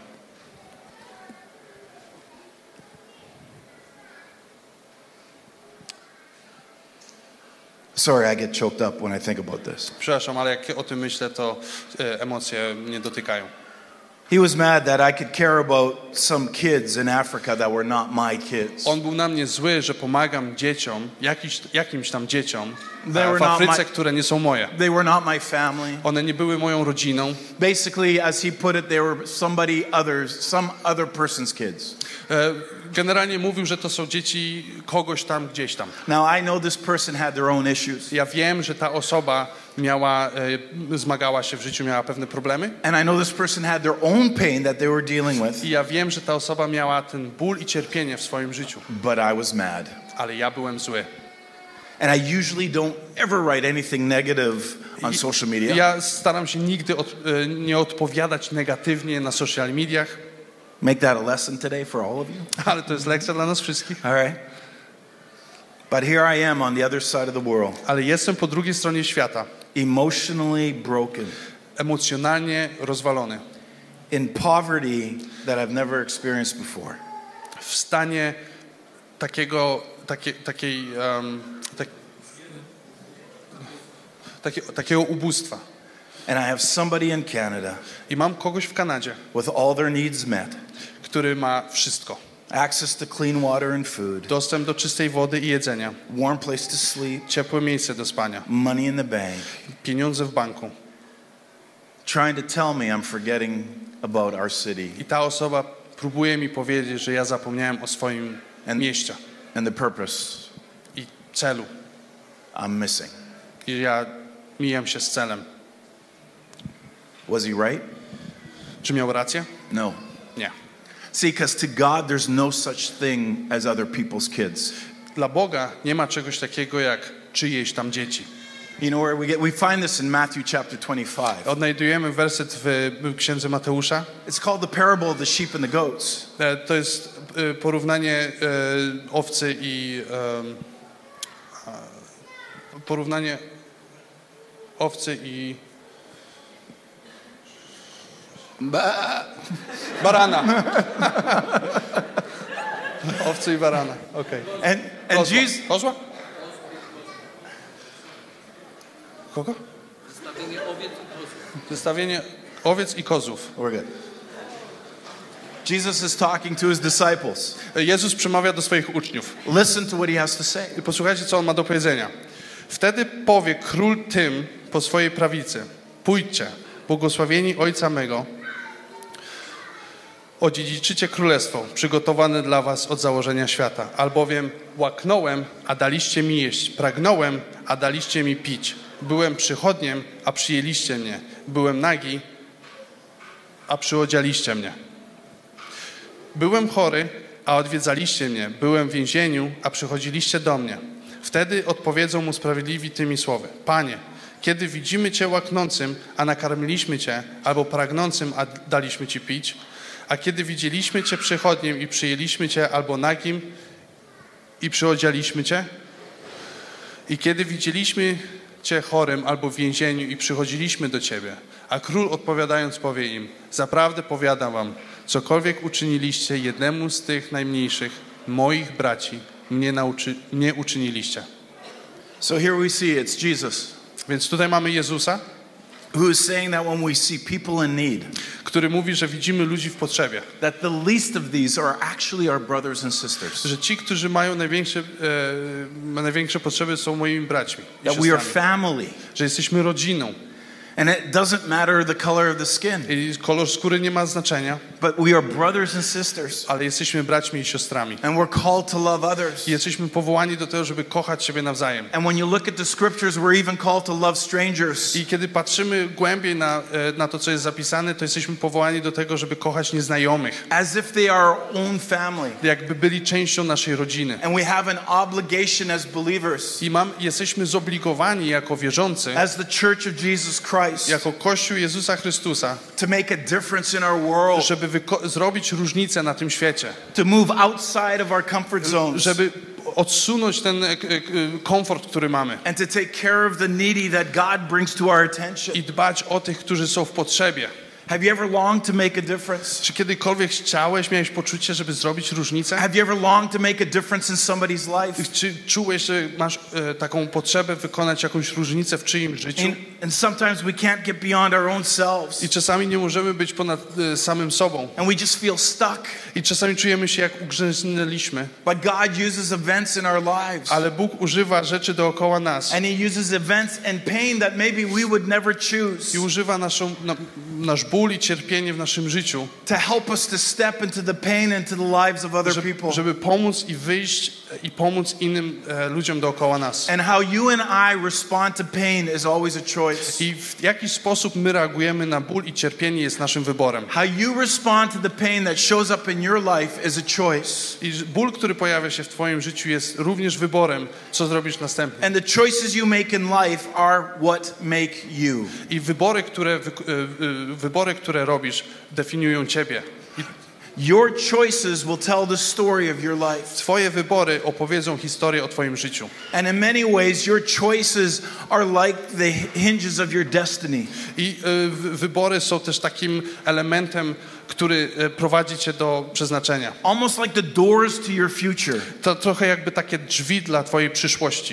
Sorry, I get choked up when I think about this. Przepraszam, ale jak o tym myślę, to e, emocje mnie dotykają. He was mad that I could care about some kids in Africa that were not my kids. On był na mnie zły, że pomagam dzieciom, jakiś, jakimś tam dzieciom They e, were w not Afryce, my- które nie są moje. They were not my family. One nie były moją rodziną. Basically, as he put it, they were somebody others, some other person's kids. E, Generalnie mówił, że to są dzieci kogoś tam, gdzieś tam. Now, I know this person had their own issues, Ja wiem, że ta osoba miała, e, zmagała się w życiu, miała pewne problemy. and I know this person had their own pain that they were dealing with, I ja wiem, że ta osoba miała ten ból i cierpienie w swoim życiu. but I was mad. Ale ja byłem zły. And I usually don't ever write anything negative on I- social media. Ja staram się nigdy od, e, nie odpowiadać negatywnie na social mediach, Make that a lesson today for all of you. ale to jest lekcja dla nas wszystkich. All right? But here I am on the other side of the world, Ale jestem po drugiej stronie świata, emotionally broken, emocjonalnie rozwalony, in poverty that I've never experienced before. w stanie takiego, takie, takiej, um, tak, takie, takiego ubóstwa. And I have somebody in Canada I mam kogoś w Kanadzie, with all their needs met, który ma wszystko. access to clean water and food, dostęp do czystej wody i jedzenia, warm place to sleep, ciepłe miejsce do spania, money in the bank. pieniądze w banku. Trying to tell me I'm forgetting about our city I ta osoba próbuje mi powiedzieć, że ja zapomniałem o swoim And- mieście and the purpose i celu. I'm missing. I ja mijam się z celem. Was he right? Czy miał rację? No. Nie. See, because to God there's no such thing as other people's kids. Dla Boga nie ma czegoś takiego jak czyjeś tam dzieci. You know where we get we find this in Matthew chapter twenty-five. Odnajdujemy werset w Księdze Mateusza. It's called the parable of the sheep and the goats. E, To jest e, porównanie e, owcy i e, e, porównanie owcy i barana. Owcy i barana. Okej. And and Kozła. Jesus Kozła? Kogo? Zestawienie owiec i kozłów. Zestawienie owiec i kozłów. we're good. Jesus is talking to his disciples. Jezus przemawia do swoich uczniów. Listen to what he has to say. I posłuchajcie, co on ma do powiedzenia. Wtedy powie król tym po swojej prawicy: pójdźcie, błogosławieni Ojca mego, odziedziczycie królestwo przygotowane dla was od założenia świata. Albowiem łaknąłem, a daliście mi jeść, pragnąłem, a daliście mi pić. Byłem przychodniem, a przyjęliście mnie. Byłem nagi, a przyodzialiście mnie. Byłem chory, a odwiedzaliście mnie. Byłem w więzieniu, a przychodziliście do mnie. Wtedy odpowiedzą mu sprawiedliwi tymi słowy: Panie, kiedy widzimy Cię łaknącym, a nakarmiliśmy Cię, albo pragnącym, a daliśmy Ci pić, a kiedy widzieliśmy Cię przychodniem i przyjęliśmy Cię, albo nagim i przyodzialiśmy Cię, i kiedy widzieliśmy Cię chorym albo w więzieniu i przychodziliśmy do Ciebie, a król odpowiadając powie im: zaprawdę powiadam wam, cokolwiek uczyniliście jednemu z tych najmniejszych, moich braci, mnie, nauczy, mnie uczyniliście. So here we see it's Jesus Więc tutaj mamy Jezusa, who is saying that when we see people in need, który mówi, że widzimy ludzi w potrzebie. that the least of these are actually our brothers and sisters. Że ci, którzy mają największe, e, największe potrzeby, są moimi braćmi i That we are siostrami. family. Że jesteśmy rodziną. And it doesn't matter the color of the skin, I kolor skóry nie ma znaczenia, but we are brothers and sisters. ale jesteśmy braćmi i siostrami. And we're called to love others. I jesteśmy powołani do tego, żeby kochać siebie nawzajem. And when you look at the scriptures, we're even called to love strangers. I kiedy patrzymy głębiej na, e, na to, co jest zapisane, to jesteśmy powołani do tego, żeby kochać nieznajomych. As if they are our own family. Jakby byli częścią naszej rodziny. And we have an obligation as believers, I mam, jesteśmy zobligowani jako wierzący, as the Church of Jesus Christ, jako Kościół Jezusa Chrystusa, to make a difference in our world, żeby wyko- zrobić różnicę na tym świecie. to move outside of our comfort zones, Żeby odsunąć ten e, e, komfort, który mamy. and to take care of the needy that God brings to our attention. I dbać o tych, którzy są w potrzebie. Have you ever longed to make a difference? Czy kiedykolwiek chciałeś, miałeś poczucie, żeby zrobić różnicę? Have you ever longed to make a difference in somebody's life? Czy czułeś, że masz e, taką potrzebę wykonać jakąś różnicę w czyimś życiu? And, and sometimes we can't get beyond our own selves, I czasami nie możemy być ponad e, samym sobą. and we just feel stuck. I czasami czujemy się, jak ugrzęznęliśmy. But God uses events in our lives, Ale Bóg używa rzeczy dookoła nas. and He uses events and pain that maybe we would never choose, I używa naszą, na, nasz ból i cierpienie w naszym życiu, to help us to step into the pain into the lives of other żeby, people. żeby pomóc i wyjść i pomóc innym e, ludziom dookoła nas. And how you and I respond to pain is always a choice. I w jaki sposób my reagujemy na ból i cierpienie jest naszym wyborem. How you respond to the pain that shows up in your life is a choice. I ból, który pojawia się w twoim życiu, jest również wyborem, co zrobisz następnie. And the choices you make in life are what make you. I wybory, które, wy, e, e, wybory, które robisz, definiują ciebie. I Your choices will tell the story of your life. twoje wybory opowiedzą historię o twoim życiu. And in many ways, your choices are like the hinges of your destiny. I e, wy- wybory są też takim elementem, który e, prowadzi cię do przeznaczenia. Almost like the doors to your future. To trochę jakby takie drzwi dla twojej przyszłości.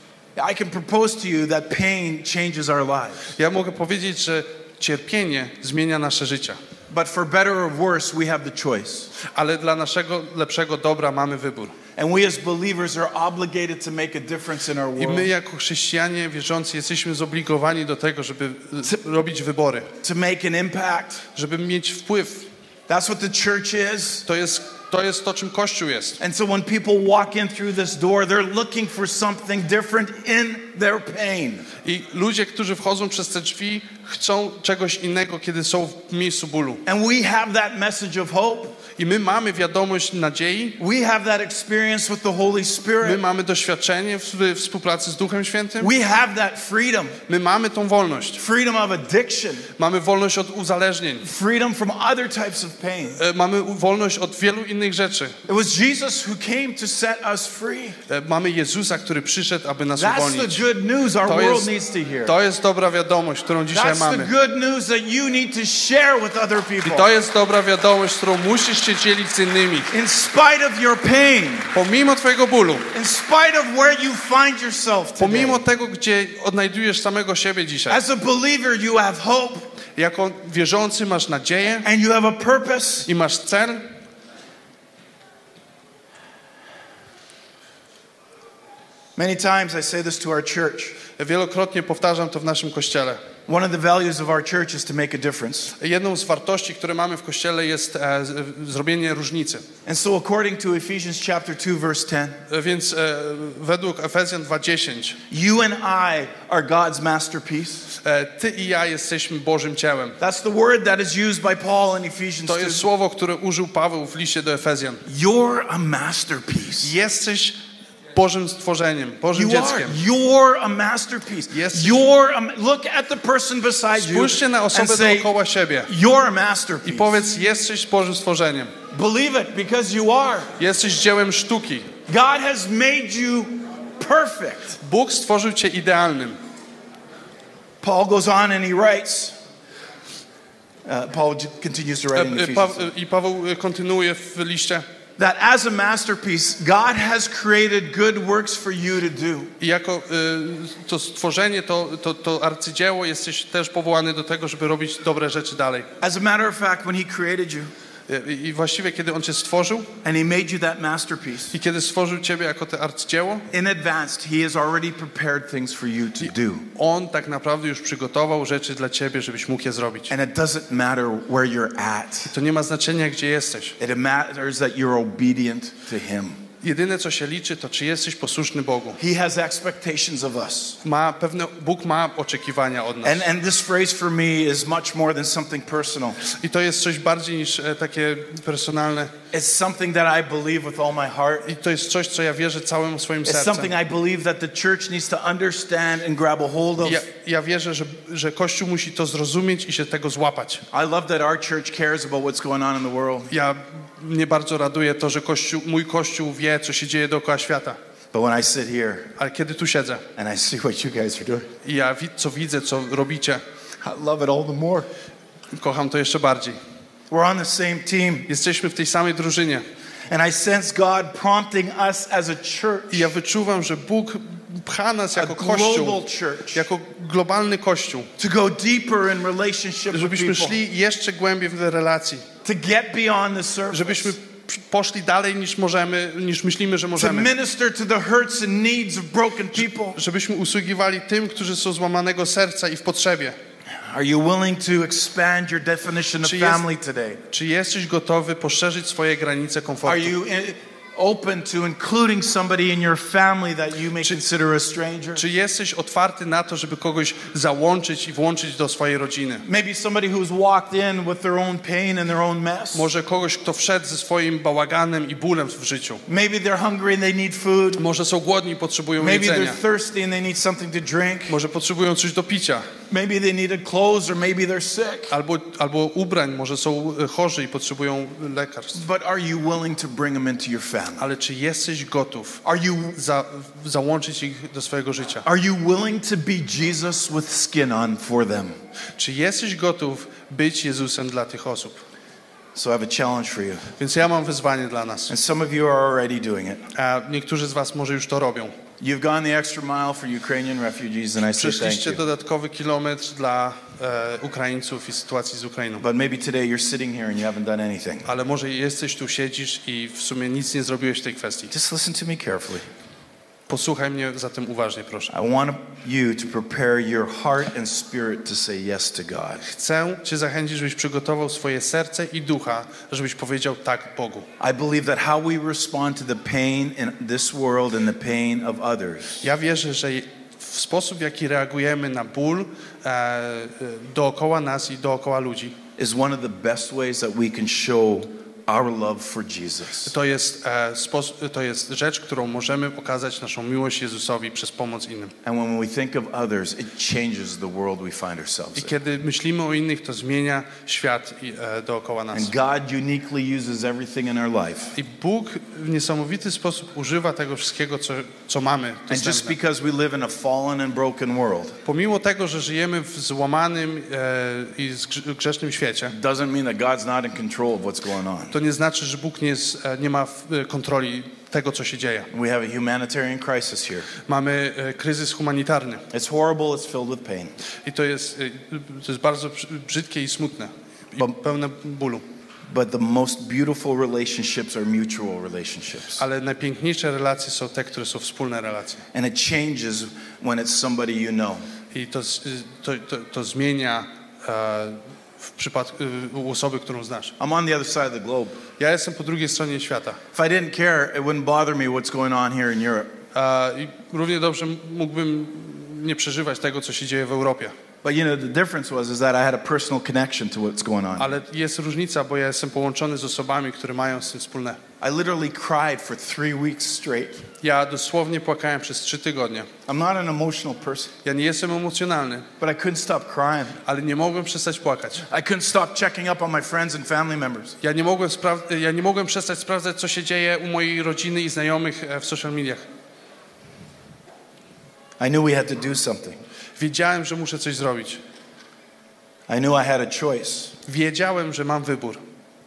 I can propose to you that pain changes our lives. Ja mogę powiedzieć, że cierpienie zmienia nasze życie. but for better or worse, we have the choice. Ale dla naszego lepszego dobra mamy wybór. And we as believers are obligated to make a difference in our I world. my jako chrześcijanie wierzący jesteśmy zobligowani do tego, żeby e, robić wybory, To make an impact. żeby mieć wpływ. That's what the church is. To jest to, jest to czym Kościół jest. And so when people walk in through this door, they're looking for something different in their pain. I ludzie, którzy wchodzą przez te drzwi, chcą czegoś innego, kiedy są w miejscu bólu. And we have that message of hope. I my mamy wiadomość nadziei, We have that experience with the Holy my Spirit. mamy doświadczenie w w współpracy z Duchem Świętym, We have that freedom. my mamy tą wolność. Freedom of addiction. Mamy wolność od uzależnień, Freedom from other types of pain. e, mamy wolność od wielu innych rzeczy. It was Jesus who came to set us free. E, Mamy Jezusa, który przyszedł, aby nas That's uwolnić. the good news our To world jest, needs to hear. to jest dobra wiadomość, którą dzisiaj That's the mamy. good news that you need to share with other I people. to jest dobra wiadomość, którą musisz się dzielić z innymi. In spite of your pain, Pomimo twojego bólu, in spite of where you find yourself pomimo today, tego, gdzie odnajdujesz samego siebie dzisiaj. as a believer, you have hope Jako wierzący masz nadzieję and you have a purpose. i masz cel. Many times I say this to our church. Wielokrotnie powtarzam to w naszym kościele. One of the values of our church is to make a difference. Jedną z wartości, które mamy w kościele, jest e, z- zrobienie różnicy. And so according to Ephesians chapter two verse ten, E, Więc e, według Efezjan dwa dziesięć you and I are God's masterpiece. e, ty i ja jesteśmy Bożym ciałem. That's the word that is used by Paul in Ephesians To jest two. słowo, które użył Paweł w liście do Efezjan. You're a masterpiece. Jesteś Bożym stworzeniem, Bożym You are. dzieckiem. You're a masterpiece. Yes. You're a, look at the person beside you Spójrzcie na and osobę say, dookoła siebie you're a i masterpiece. powiedz, jesteś Bożym stworzeniem. Believe it because you are. Jesteś dziełem sztuki. God has made you perfect. Bóg stworzył cię idealnym. Paul goes on and he writes. Uh, Paul j- continues to E, write in e, Ephesians. Pa, I Paweł e, kontynuuje w liście. That as a masterpiece, God has created good works for you to do. I jako y, to stworzenie, to, to, to arcydzieło, jesteś też powołany do tego, żeby robić dobre rzeczy dalej. As a matter of fact, when he created you I, I właściwie, kiedy On cię stworzył and he made you that masterpiece, i kiedy stworzył ciebie jako to arcydzieło, in advance, he has already prepared things for you to do. On tak naprawdę już przygotował rzeczy dla ciebie, żebyś mógł je zrobić. And it doesn't matter where you're at. To nie ma znaczenia, gdzie jesteś. It matters that you're obedient to him. Jedyne, co się liczy, to czy jesteś posłuszny Bogu. He has expectations of us. Ma pewne, Bóg ma oczekiwania od nas. And and this phrase for me is much more than something personal. I to jest coś bardziej niż e, takie personalne. It's something that I believe with all my heart. I to jest coś, co ja wierzę całym swoim It's sercem. something I believe that the church needs to understand and grab a hold of. Ja, ja wierzę, że, że Kościół musi to zrozumieć i się tego złapać. I love that our church cares about what's going on in the world. Ja mnie bardzo raduje to, że Kościół, mój Kościół wie, co się dzieje dookoła świata. But when I sit here Ale kiedy tu siedzę and I see what you guys are doing, i ja wi- co widzę, co robicie, I love it all the more. kocham to jeszcze bardziej. We're on the same team. Jesteśmy w tej samej drużynie. And I sense God prompting us as a church, I ja wyczuwam, że Bóg pcha nas a jako Kościół, global church, jako globalny Kościół, to go deeper in relationship with żebyśmy people, szli jeszcze głębiej w relacji, to get beyond the surface, żebyśmy p- poszli dalej niż możemy, niż myślimy, że to możemy. minister to the hurts and needs of broken people. Żebyśmy usługiwali tym, którzy są złamanego serca i w potrzebie. Are you willing to expand your definition of Czy jest- family today? Czy jesteś gotowy poszerzyć swoje granice Are komfortu? you in, open to including somebody in your family that you may consider a stranger? Czy jesteś otwarty na to, żeby kogoś załączyć i włączyć do swojej rodziny? Maybe somebody who's walked in with their own pain and their own mess. Może kogoś, kto wszedł ze swoim bałaganem i bólem w życiu. Maybe they're hungry and they need food. Może są głodni i potrzebują Maybe jedzenia. they're thirsty and they need something to drink. Może potrzebują coś do picia. Maybe they needed clothes or maybe they're sick. Albo, albo ubrań, może są e, chorzy i potrzebują lekarstw. But are you willing to bring them into your family? Ale czy jesteś gotów Are you za, załączyć ich do swojego życia? are you willing to be Jesus with skin on for them? Czy jesteś gotów być Jezusem dla tych osób? So I have a challenge for you. Więc ja mam wyzwanie dla nas. And some of you are already doing it. A niektórzy z was może już to robią. You've gone the extra mile for Ukrainian refugees, and I say thank Przeszliście you. dodatkowy kilometr dla e, Ukraińców i sytuacji z Ukrainą. But maybe today you're sitting here and you haven't done anything. Ale może jesteś tu, siedzisz i w sumie nic nie zrobiłeś w tej kwestii. Just listen to me carefully. Posłuchaj mnie zatem uważnie, proszę. I want you to prepare your heart and spirit to say yes to God. Chcę Cię zachęcić, żebyś przygotował swoje serce i ducha, żebyś powiedział tak Bogu. I believe that how we respond to the pain in this world and the pain of others Ja wierzę, że w sposób, w jaki reagujemy na ból e, e, dookoła nas i dookoła ludzi, is one of the best ways that we can show our love for Jesus. to jest, e, sposób, to jest rzecz, którą możemy okazać naszą miłość Jezusowi przez pomoc innym. And when we think of others, it changes the world we find I ourselves in. kiedy myślimy o innych, to zmienia świat i, e, dookoła nas. And God uniquely uses everything in our life. I Bóg w niesamowity sposób używa tego wszystkiego, co, co mamy And just dostępne. because we live in a fallen and broken world Pomimo tego, że żyjemy w złamanym e, i zgrze- grzesznym świecie, doesn't mean that God's not in control of what's going on. to nie znaczy, że Bóg nie, jest, e, nie ma w- e, kontroli tego, co się dzieje. We have a humanitarian crisis here. Mamy e, kryzys humanitarny It's horrible, it's filled with pain. i to jest, e, to jest bardzo brzy- brzydkie i smutne i Bo- pełne bólu. But the most beautiful relationships are mutual relationships. Ale najpiękniejsze relacje są te, które są wspólne relacje. And it changes when it's somebody you know. I to, z- to, to, to zmienia e, w przypadku e, u osoby, którą znasz. I'm on the other side of the globe. Ja jestem po drugiej stronie świata. If I didn't care, it wouldn't bother me what's going on here in Europe. A, I równie dobrze mógłbym nie przeżywać tego, co się dzieje w Europie. But you know, the difference was is that I had a personal connection to what's going on. Ale jest różnica, bo ja jestem połączony z osobami, które mają z tym wspólne. I literally cried for three weeks straight. Ja dosłownie płakałem przez trzy tygodnie. I'm not an emotional person, Ja nie jestem emocjonalny, but I couldn't stop crying. ale nie mogłem przestać płakać. I couldn't stop checking up on my friends and family members. Ja nie mogłem, spra- ja nie mogłem przestać sprawdzać, co się dzieje u mojej rodziny i znajomych e, w social mediach. I knew we had to do something. Wiedziałem, że muszę coś zrobić. I knew I had a choice. Wiedziałem, że mam wybór.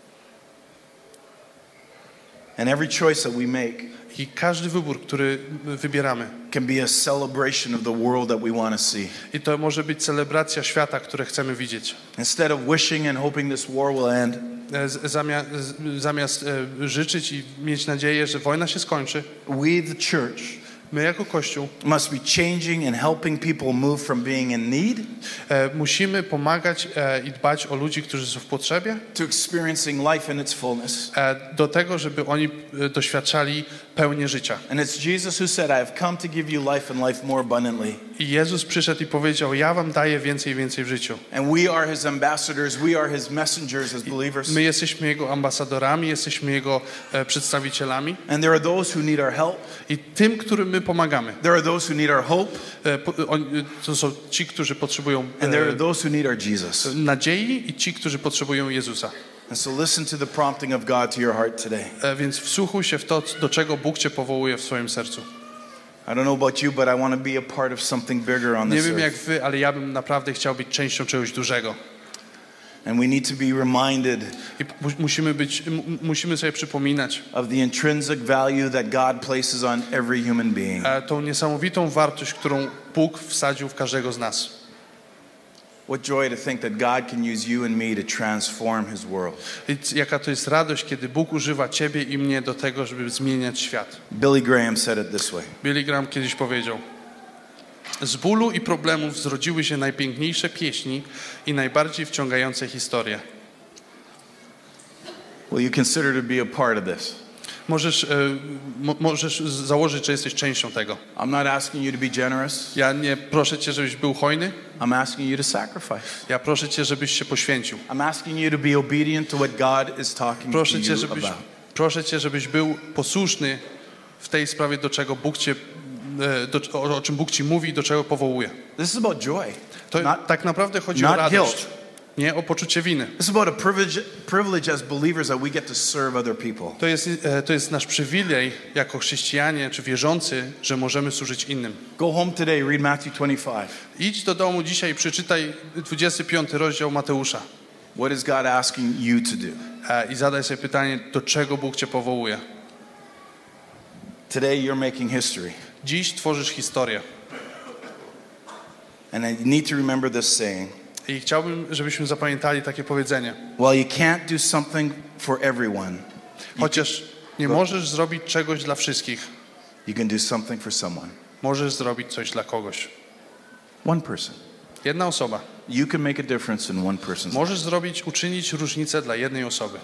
And every choice that we make I każdy wybór, który wybieramy, can be a celebration of the world that we want to see. i to może być celebracja świata, które chcemy widzieć. Instead of wishing and hoping this war will end, E, z- Zamiast, zamiast e, życzyć i mieć nadzieję, że wojna się skończy, we, the church, my jako Kościół must be changing and helping people move from being in need e, musimy pomagać e, i dbać o ludzi, którzy są w potrzebie, to experiencing life in its fullness. e, do tego, żeby oni e, doświadczali pełnię życia. And it's Jesus who said, I have come to give you life and life more abundantly. I Jezus przyszedł i powiedział, ja wam daję więcej i więcej w życiu. And we are his ambassadors, we are his messengers as believers. My jesteśmy Jego ambasadorami, jesteśmy Jego e, przedstawicielami And there are those who need our help. i tym, którym my pomagamy. There are those who need our hope. E, po, on, e, to są ci, którzy potrzebują And there are e, those who need our Jesus. nadziei i ci, którzy potrzebują Jezusa. And so listen to the prompting of God to your heart today. E, Więc wsłuchuj się w to, do czego Bóg cię powołuje w swoim sercu. I don't know about you, but I want to be a part of something bigger on Nie this wiem jak earth. wy, ale ja bym naprawdę chciał być częścią czegoś dużego. And we need to be reminded I mu- musimy być, m- musimy sobie przypominać of the intrinsic value that God places on every human being. e, tą niesamowitą wartość, którą Bóg wsadził w każdego z nas. What joy to think that God can use you and me to transform his world. I c- jaka to jest radość, kiedy Bóg używa ciebie i mnie do tego, żeby zmieniać świat. Billy Graham said it this way. Billy Graham kiedyś powiedział: z bólu i problemów zrodziły się najpiękniejsze pieśni i najbardziej wciągające historie. Will you consider to be a part of this? Możesz, e, mo, możesz z- założyć, że jesteś częścią tego. I'm not asking you to be generous. Ja nie proszę cię, żebyś był hojny. I'm asking you to sacrifice. Ja proszę cię, żebyś się poświęcił. I'm asking you to be obedient to what God is talking to Proszę cię, you żebyś, about. proszę cię, żebyś był posłuszny w tej sprawie, do czego Bóg cię, e, do, o, o czym Bóg ci mówi, do czego powołuje. This is about joy. To Not, tak naprawdę chodzi not o radość, guilt. nie o poczucie winy. This is about a privilege, privilege as believers that we get to serve other people. To jest, e, to jest nasz przywilej jako chrześcijanie czy wierzący, że możemy służyć innym. Go home today, read Matthew twenty-five. Idź do domu dzisiaj i przeczytaj dwudziesty piąty rozdział Mateusza What is God asking you to do? e, i zadaj sobie pytanie, do czego Bóg cię powołuje. Today you're making history. Dziś tworzysz historię. And I need to remember this saying. I chciałbym, żebyśmy zapamiętali takie powiedzenie. While you can't do something for everyone, Chociaż nie możesz zrobić czegoś dla wszystkich, you can do something for someone. możesz zrobić coś dla kogoś. One person. Jedna osoba. You can make a difference in one person's life. Możesz zrobić, uczynić różnicę dla jednej osoby.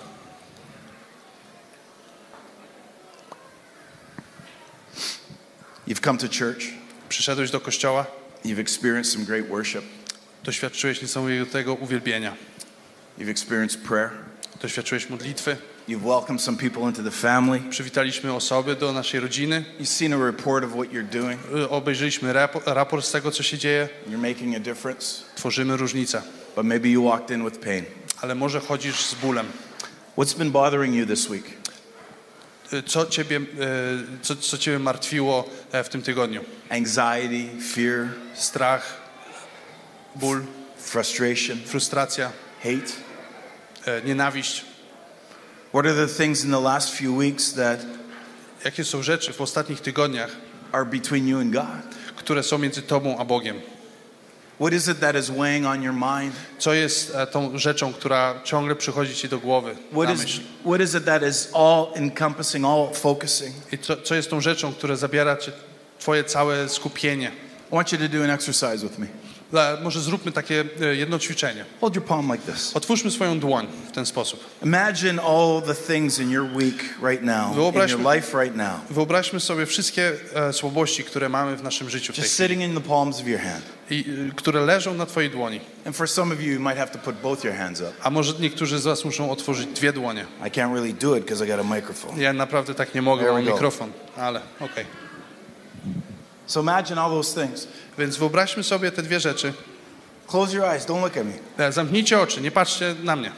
You've come to church. Przyszedłeś do kościoła, You've experienced some great worship. doświadczyłeś niesamowitego uwielbienia. You've experienced prayer. Doświadczyłeś modlitwy. You've welcomed some people into the family. Przywitaliśmy osoby do naszej rodziny. You've seen a report of what you're doing. Obejrzeliśmy raport, raport z tego, co się dzieje. You're making a difference. Tworzymy różnicę. But maybe you walked in with pain. Ale może chodzisz z bólem. What's been bothering you this week? Co ciebie, co, co ciebie martwiło w tym tygodniu? Anxiety, fear, Strach, ból, frustration, frustracja, hate. nienawiść. What are the things in the last few weeks that Jakie są rzeczy w ostatnich tygodniach, are between you and God? które są między tobą a Bogiem? What is it that is weighing on your mind? Co jest tą rzeczą, która ciągle przychodzi ci do głowy, What na is, myśl? what is it that is all encompassing, all focusing? I co, co jest tą rzeczą, która zabiera cię, twoje całe skupienie? I want you to do an exercise with me. Dla, może zróbmy takie jedno ćwiczenie. Hold your palm like this. Otwórzmy swoją dłoń w ten sposób. Imagine all the things in your week right now, in Wyobraźmy- your life right now, Wyobraźmy sobie wszystkie e, słabości, które mamy w naszym życiu w tej just chwili sitting in the palms of your hand. i y, które leżą na twojej dłoni. And for some of you, you might have to put both your hands up. A może niektórzy z was muszą otworzyć dwie dłonie. I can't really do it because I got a microphone. Ja naprawdę tak nie mogę, There we mam go. mikrofon, ale okej. So imagine all those things. Więc wyobraźmy sobie te dwie rzeczy. Close your eyes. Don't look at me. E, Zamknijcie oczy, nie patrzcie na mnie.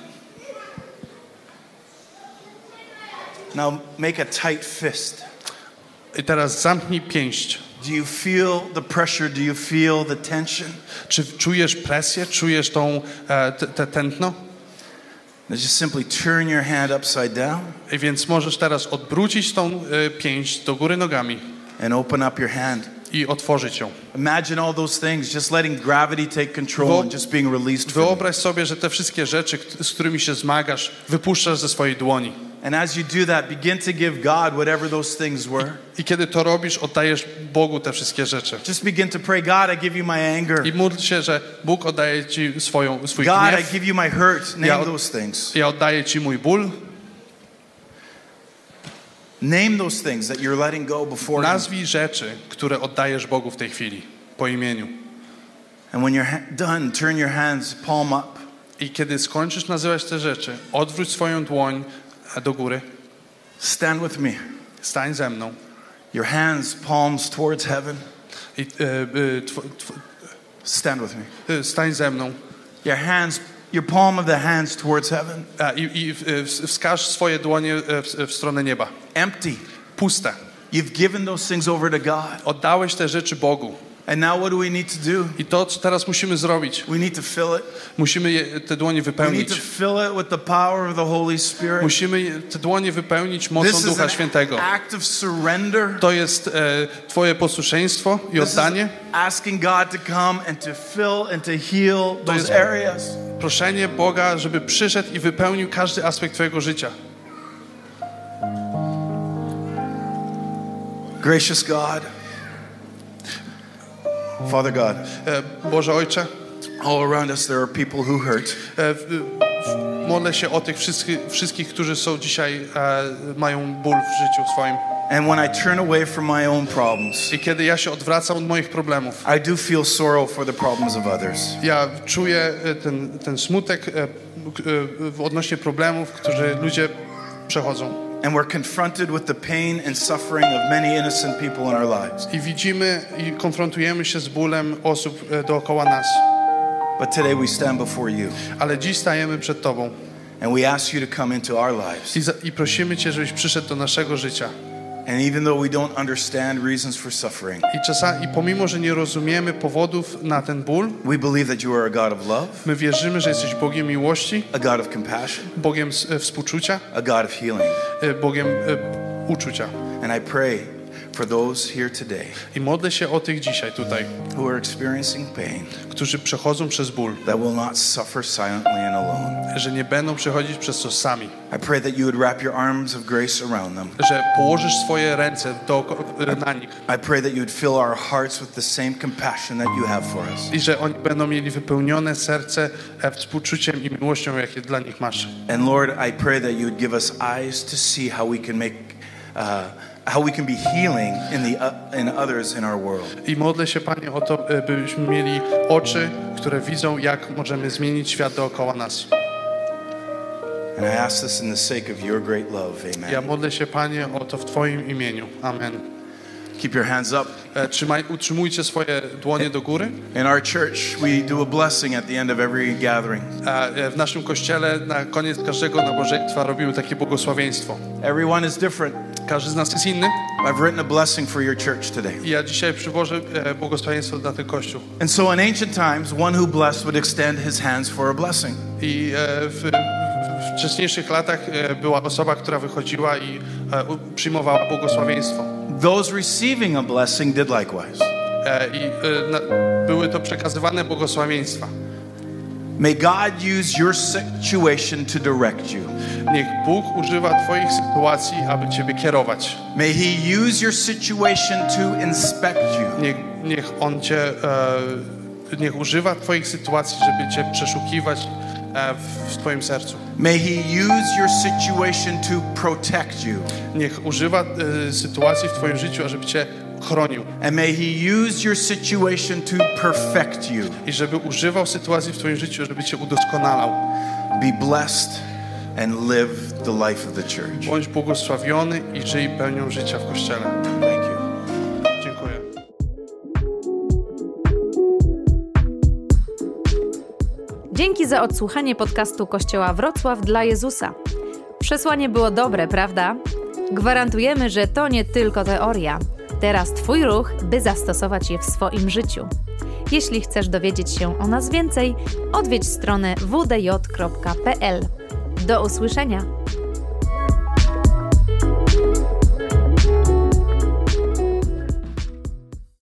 Now make a tight fist. I teraz zamknij pięść. Do you feel the pressure? Do you feel the tension? Czy czujesz presję? Czujesz tą e, te, te tętno? Now just simply turn your hand upside down I więc możesz teraz odwrócić tą e, pięść do góry nogami and open up your hand. i otworzyć ją. Imagine all those things, just letting gravity take control Wyo- and just being released from you. Wyobraź sobie, że te wszystkie rzeczy, k- z którymi się zmagasz, wypuszczasz ze swojej dłoni. And as you do that, begin to give God whatever those things were. I kiedy to robisz, oddajesz Bogu te wszystkie rzeczy. Just begin to pray, God, I give you my anger. I módl się, że Bóg oddaje ci swoją, swój God, I gniew. give you my hurt. Name Ja- those things. Ja oddaję ci mój ból. Name those things that you're letting go before Him. Nazwij rzeczy, które oddajesz Bogu w tej chwili, po imieniu. And when you're ha- done, turn your hands palm up. I kiedy skończysz nazywać te rzeczy, odwróć swoją dłoń do góry. Stand with me. Stań ze mną. Your hands, palms towards heaven. I, e, e, tw, tw, Stand with me. e, stań ze mną. Your hands, your palm of the hands towards heaven. A, I i e, wskaż swoje dłonie e, w, w stronę nieba. Empty. Puste. You've given those things over to God. Oddałeś te rzeczy Bogu. And now what do we need to do? I to, co teraz musimy zrobić, We need to fill it. musimy je, te dłonie We need wypełnić. to fill it with the power of the Holy Spirit. Musimy je- te dłonie wypełnić mocą This is Ducha an Świętego. act of surrender. To jest e, twoje posłuszeństwo i This is oddanie. asking God to come and to fill and to heal jest- those areas. Proszenie Boga, żeby przyszedł i wypełnił każdy aspekt twojego życia. Gracious God, Father God, E, Boże Ojcze, all around us there are people who hurt. e, w, w, modlę się o tych wszystkich, wszystkich którzy są dzisiaj, e, mają ból w życiu swoim. And when I turn away from my own problems, I kiedy ja się odwracam od moich problemów, I do feel sorrow for the problems of others. ja czuję e, ten, ten smutek e, k- e, odnośnie problemów, które ludzie przechodzą. And we're confronted with the pain and suffering of many innocent people in our lives. I widzimy i konfrontujemy się z bólem osób e, dookoła nas. But today we stand before you Ale dziś stajemy przed Tobą and we ask you to come into our lives. i, za, i prosimy Cię, żebyś przyszedł do naszego życia. And even though we don't understand reasons for suffering, I, czasami, I pomimo, że nie rozumiemy powodów na ten ból, we believe that you are a God of love, my wierzymy, że jesteś Bogiem miłości, a God of compassion, Bogiem s- e, współczucia, a God of healing. e, Bogiem e, uczucia. And I pray for those here today I modlę się o tych dzisiaj tutaj, who are experiencing pain, którzy przechodzą przez ból, that will not suffer silently and alone. że nie będą przechodzić przez to sami, I pray that you would wrap your arms of grace around them. że położysz swoje ręce do, na nich I pray that you would fill our hearts with the same compassion that you have for us. i że oni będą mieli wypełnione serce współczuciem i miłością, jakie dla nich masz. And Lord, I pray that you would give us eyes to see how we can make, uh, how we can be healing in the uh, in others in our world. I modlę się, Panie, o to, byśmy mieli oczy, które widzą, jak możemy zmienić świat dookoła nas. And I ask this in the sake of your great love. Amen. Ja modlę się, Panie, o to w Twoim imieniu. Amen. Keep your hands up. Trzymaj, utrzymujcie swoje dłonie do góry. In our church, we do a blessing at the end of every gathering. W naszym kościele na koniec każdego nabożeństwa robimy takie błogosławieństwo. Everyone is different. Każdy z nas jest inny. I've written a blessing for your church today. I ja dzisiaj przywożę błogosławieństwo dla ten kościół. And so in ancient times, one who blessed would extend his hands for a blessing. I w, w wcześniejszych latach była osoba, która wychodziła i przyjmowała błogosławieństwo. Those receiving a blessing did likewise. I były to przekazywane błogosławieństwa. May God use your situation to direct you. Niech Bóg używa Twoich sytuacji, aby Ciebie kierować. May He use your situation to inspect you. Niech, niech On Cię, e, niech używa Twoich sytuacji, żeby Cię przeszukiwać e, w, w Twoim sercu. May He use your situation to protect you. Niech używa e, sytuacji w Twoim życiu, ażeby Cię chronił. And may He use your situation to perfect you. I żeby używał sytuacji w Twoim życiu, żeby Cię udoskonalał. Be blessed and live the life of the church. Bądź błogosławiony i żyj pełnią życia w Kościele. Thank you. Dziękuję. Dzięki za odsłuchanie podcastu Kościoła Wrocław dla Jezusa. Przesłanie było dobre, prawda? Gwarantujemy, że to nie tylko teoria. Teraz Twój ruch, by zastosować je w swoim życiu. Jeśli chcesz dowiedzieć się o nas więcej, odwiedź stronę w d j kropka p l. Do usłyszenia!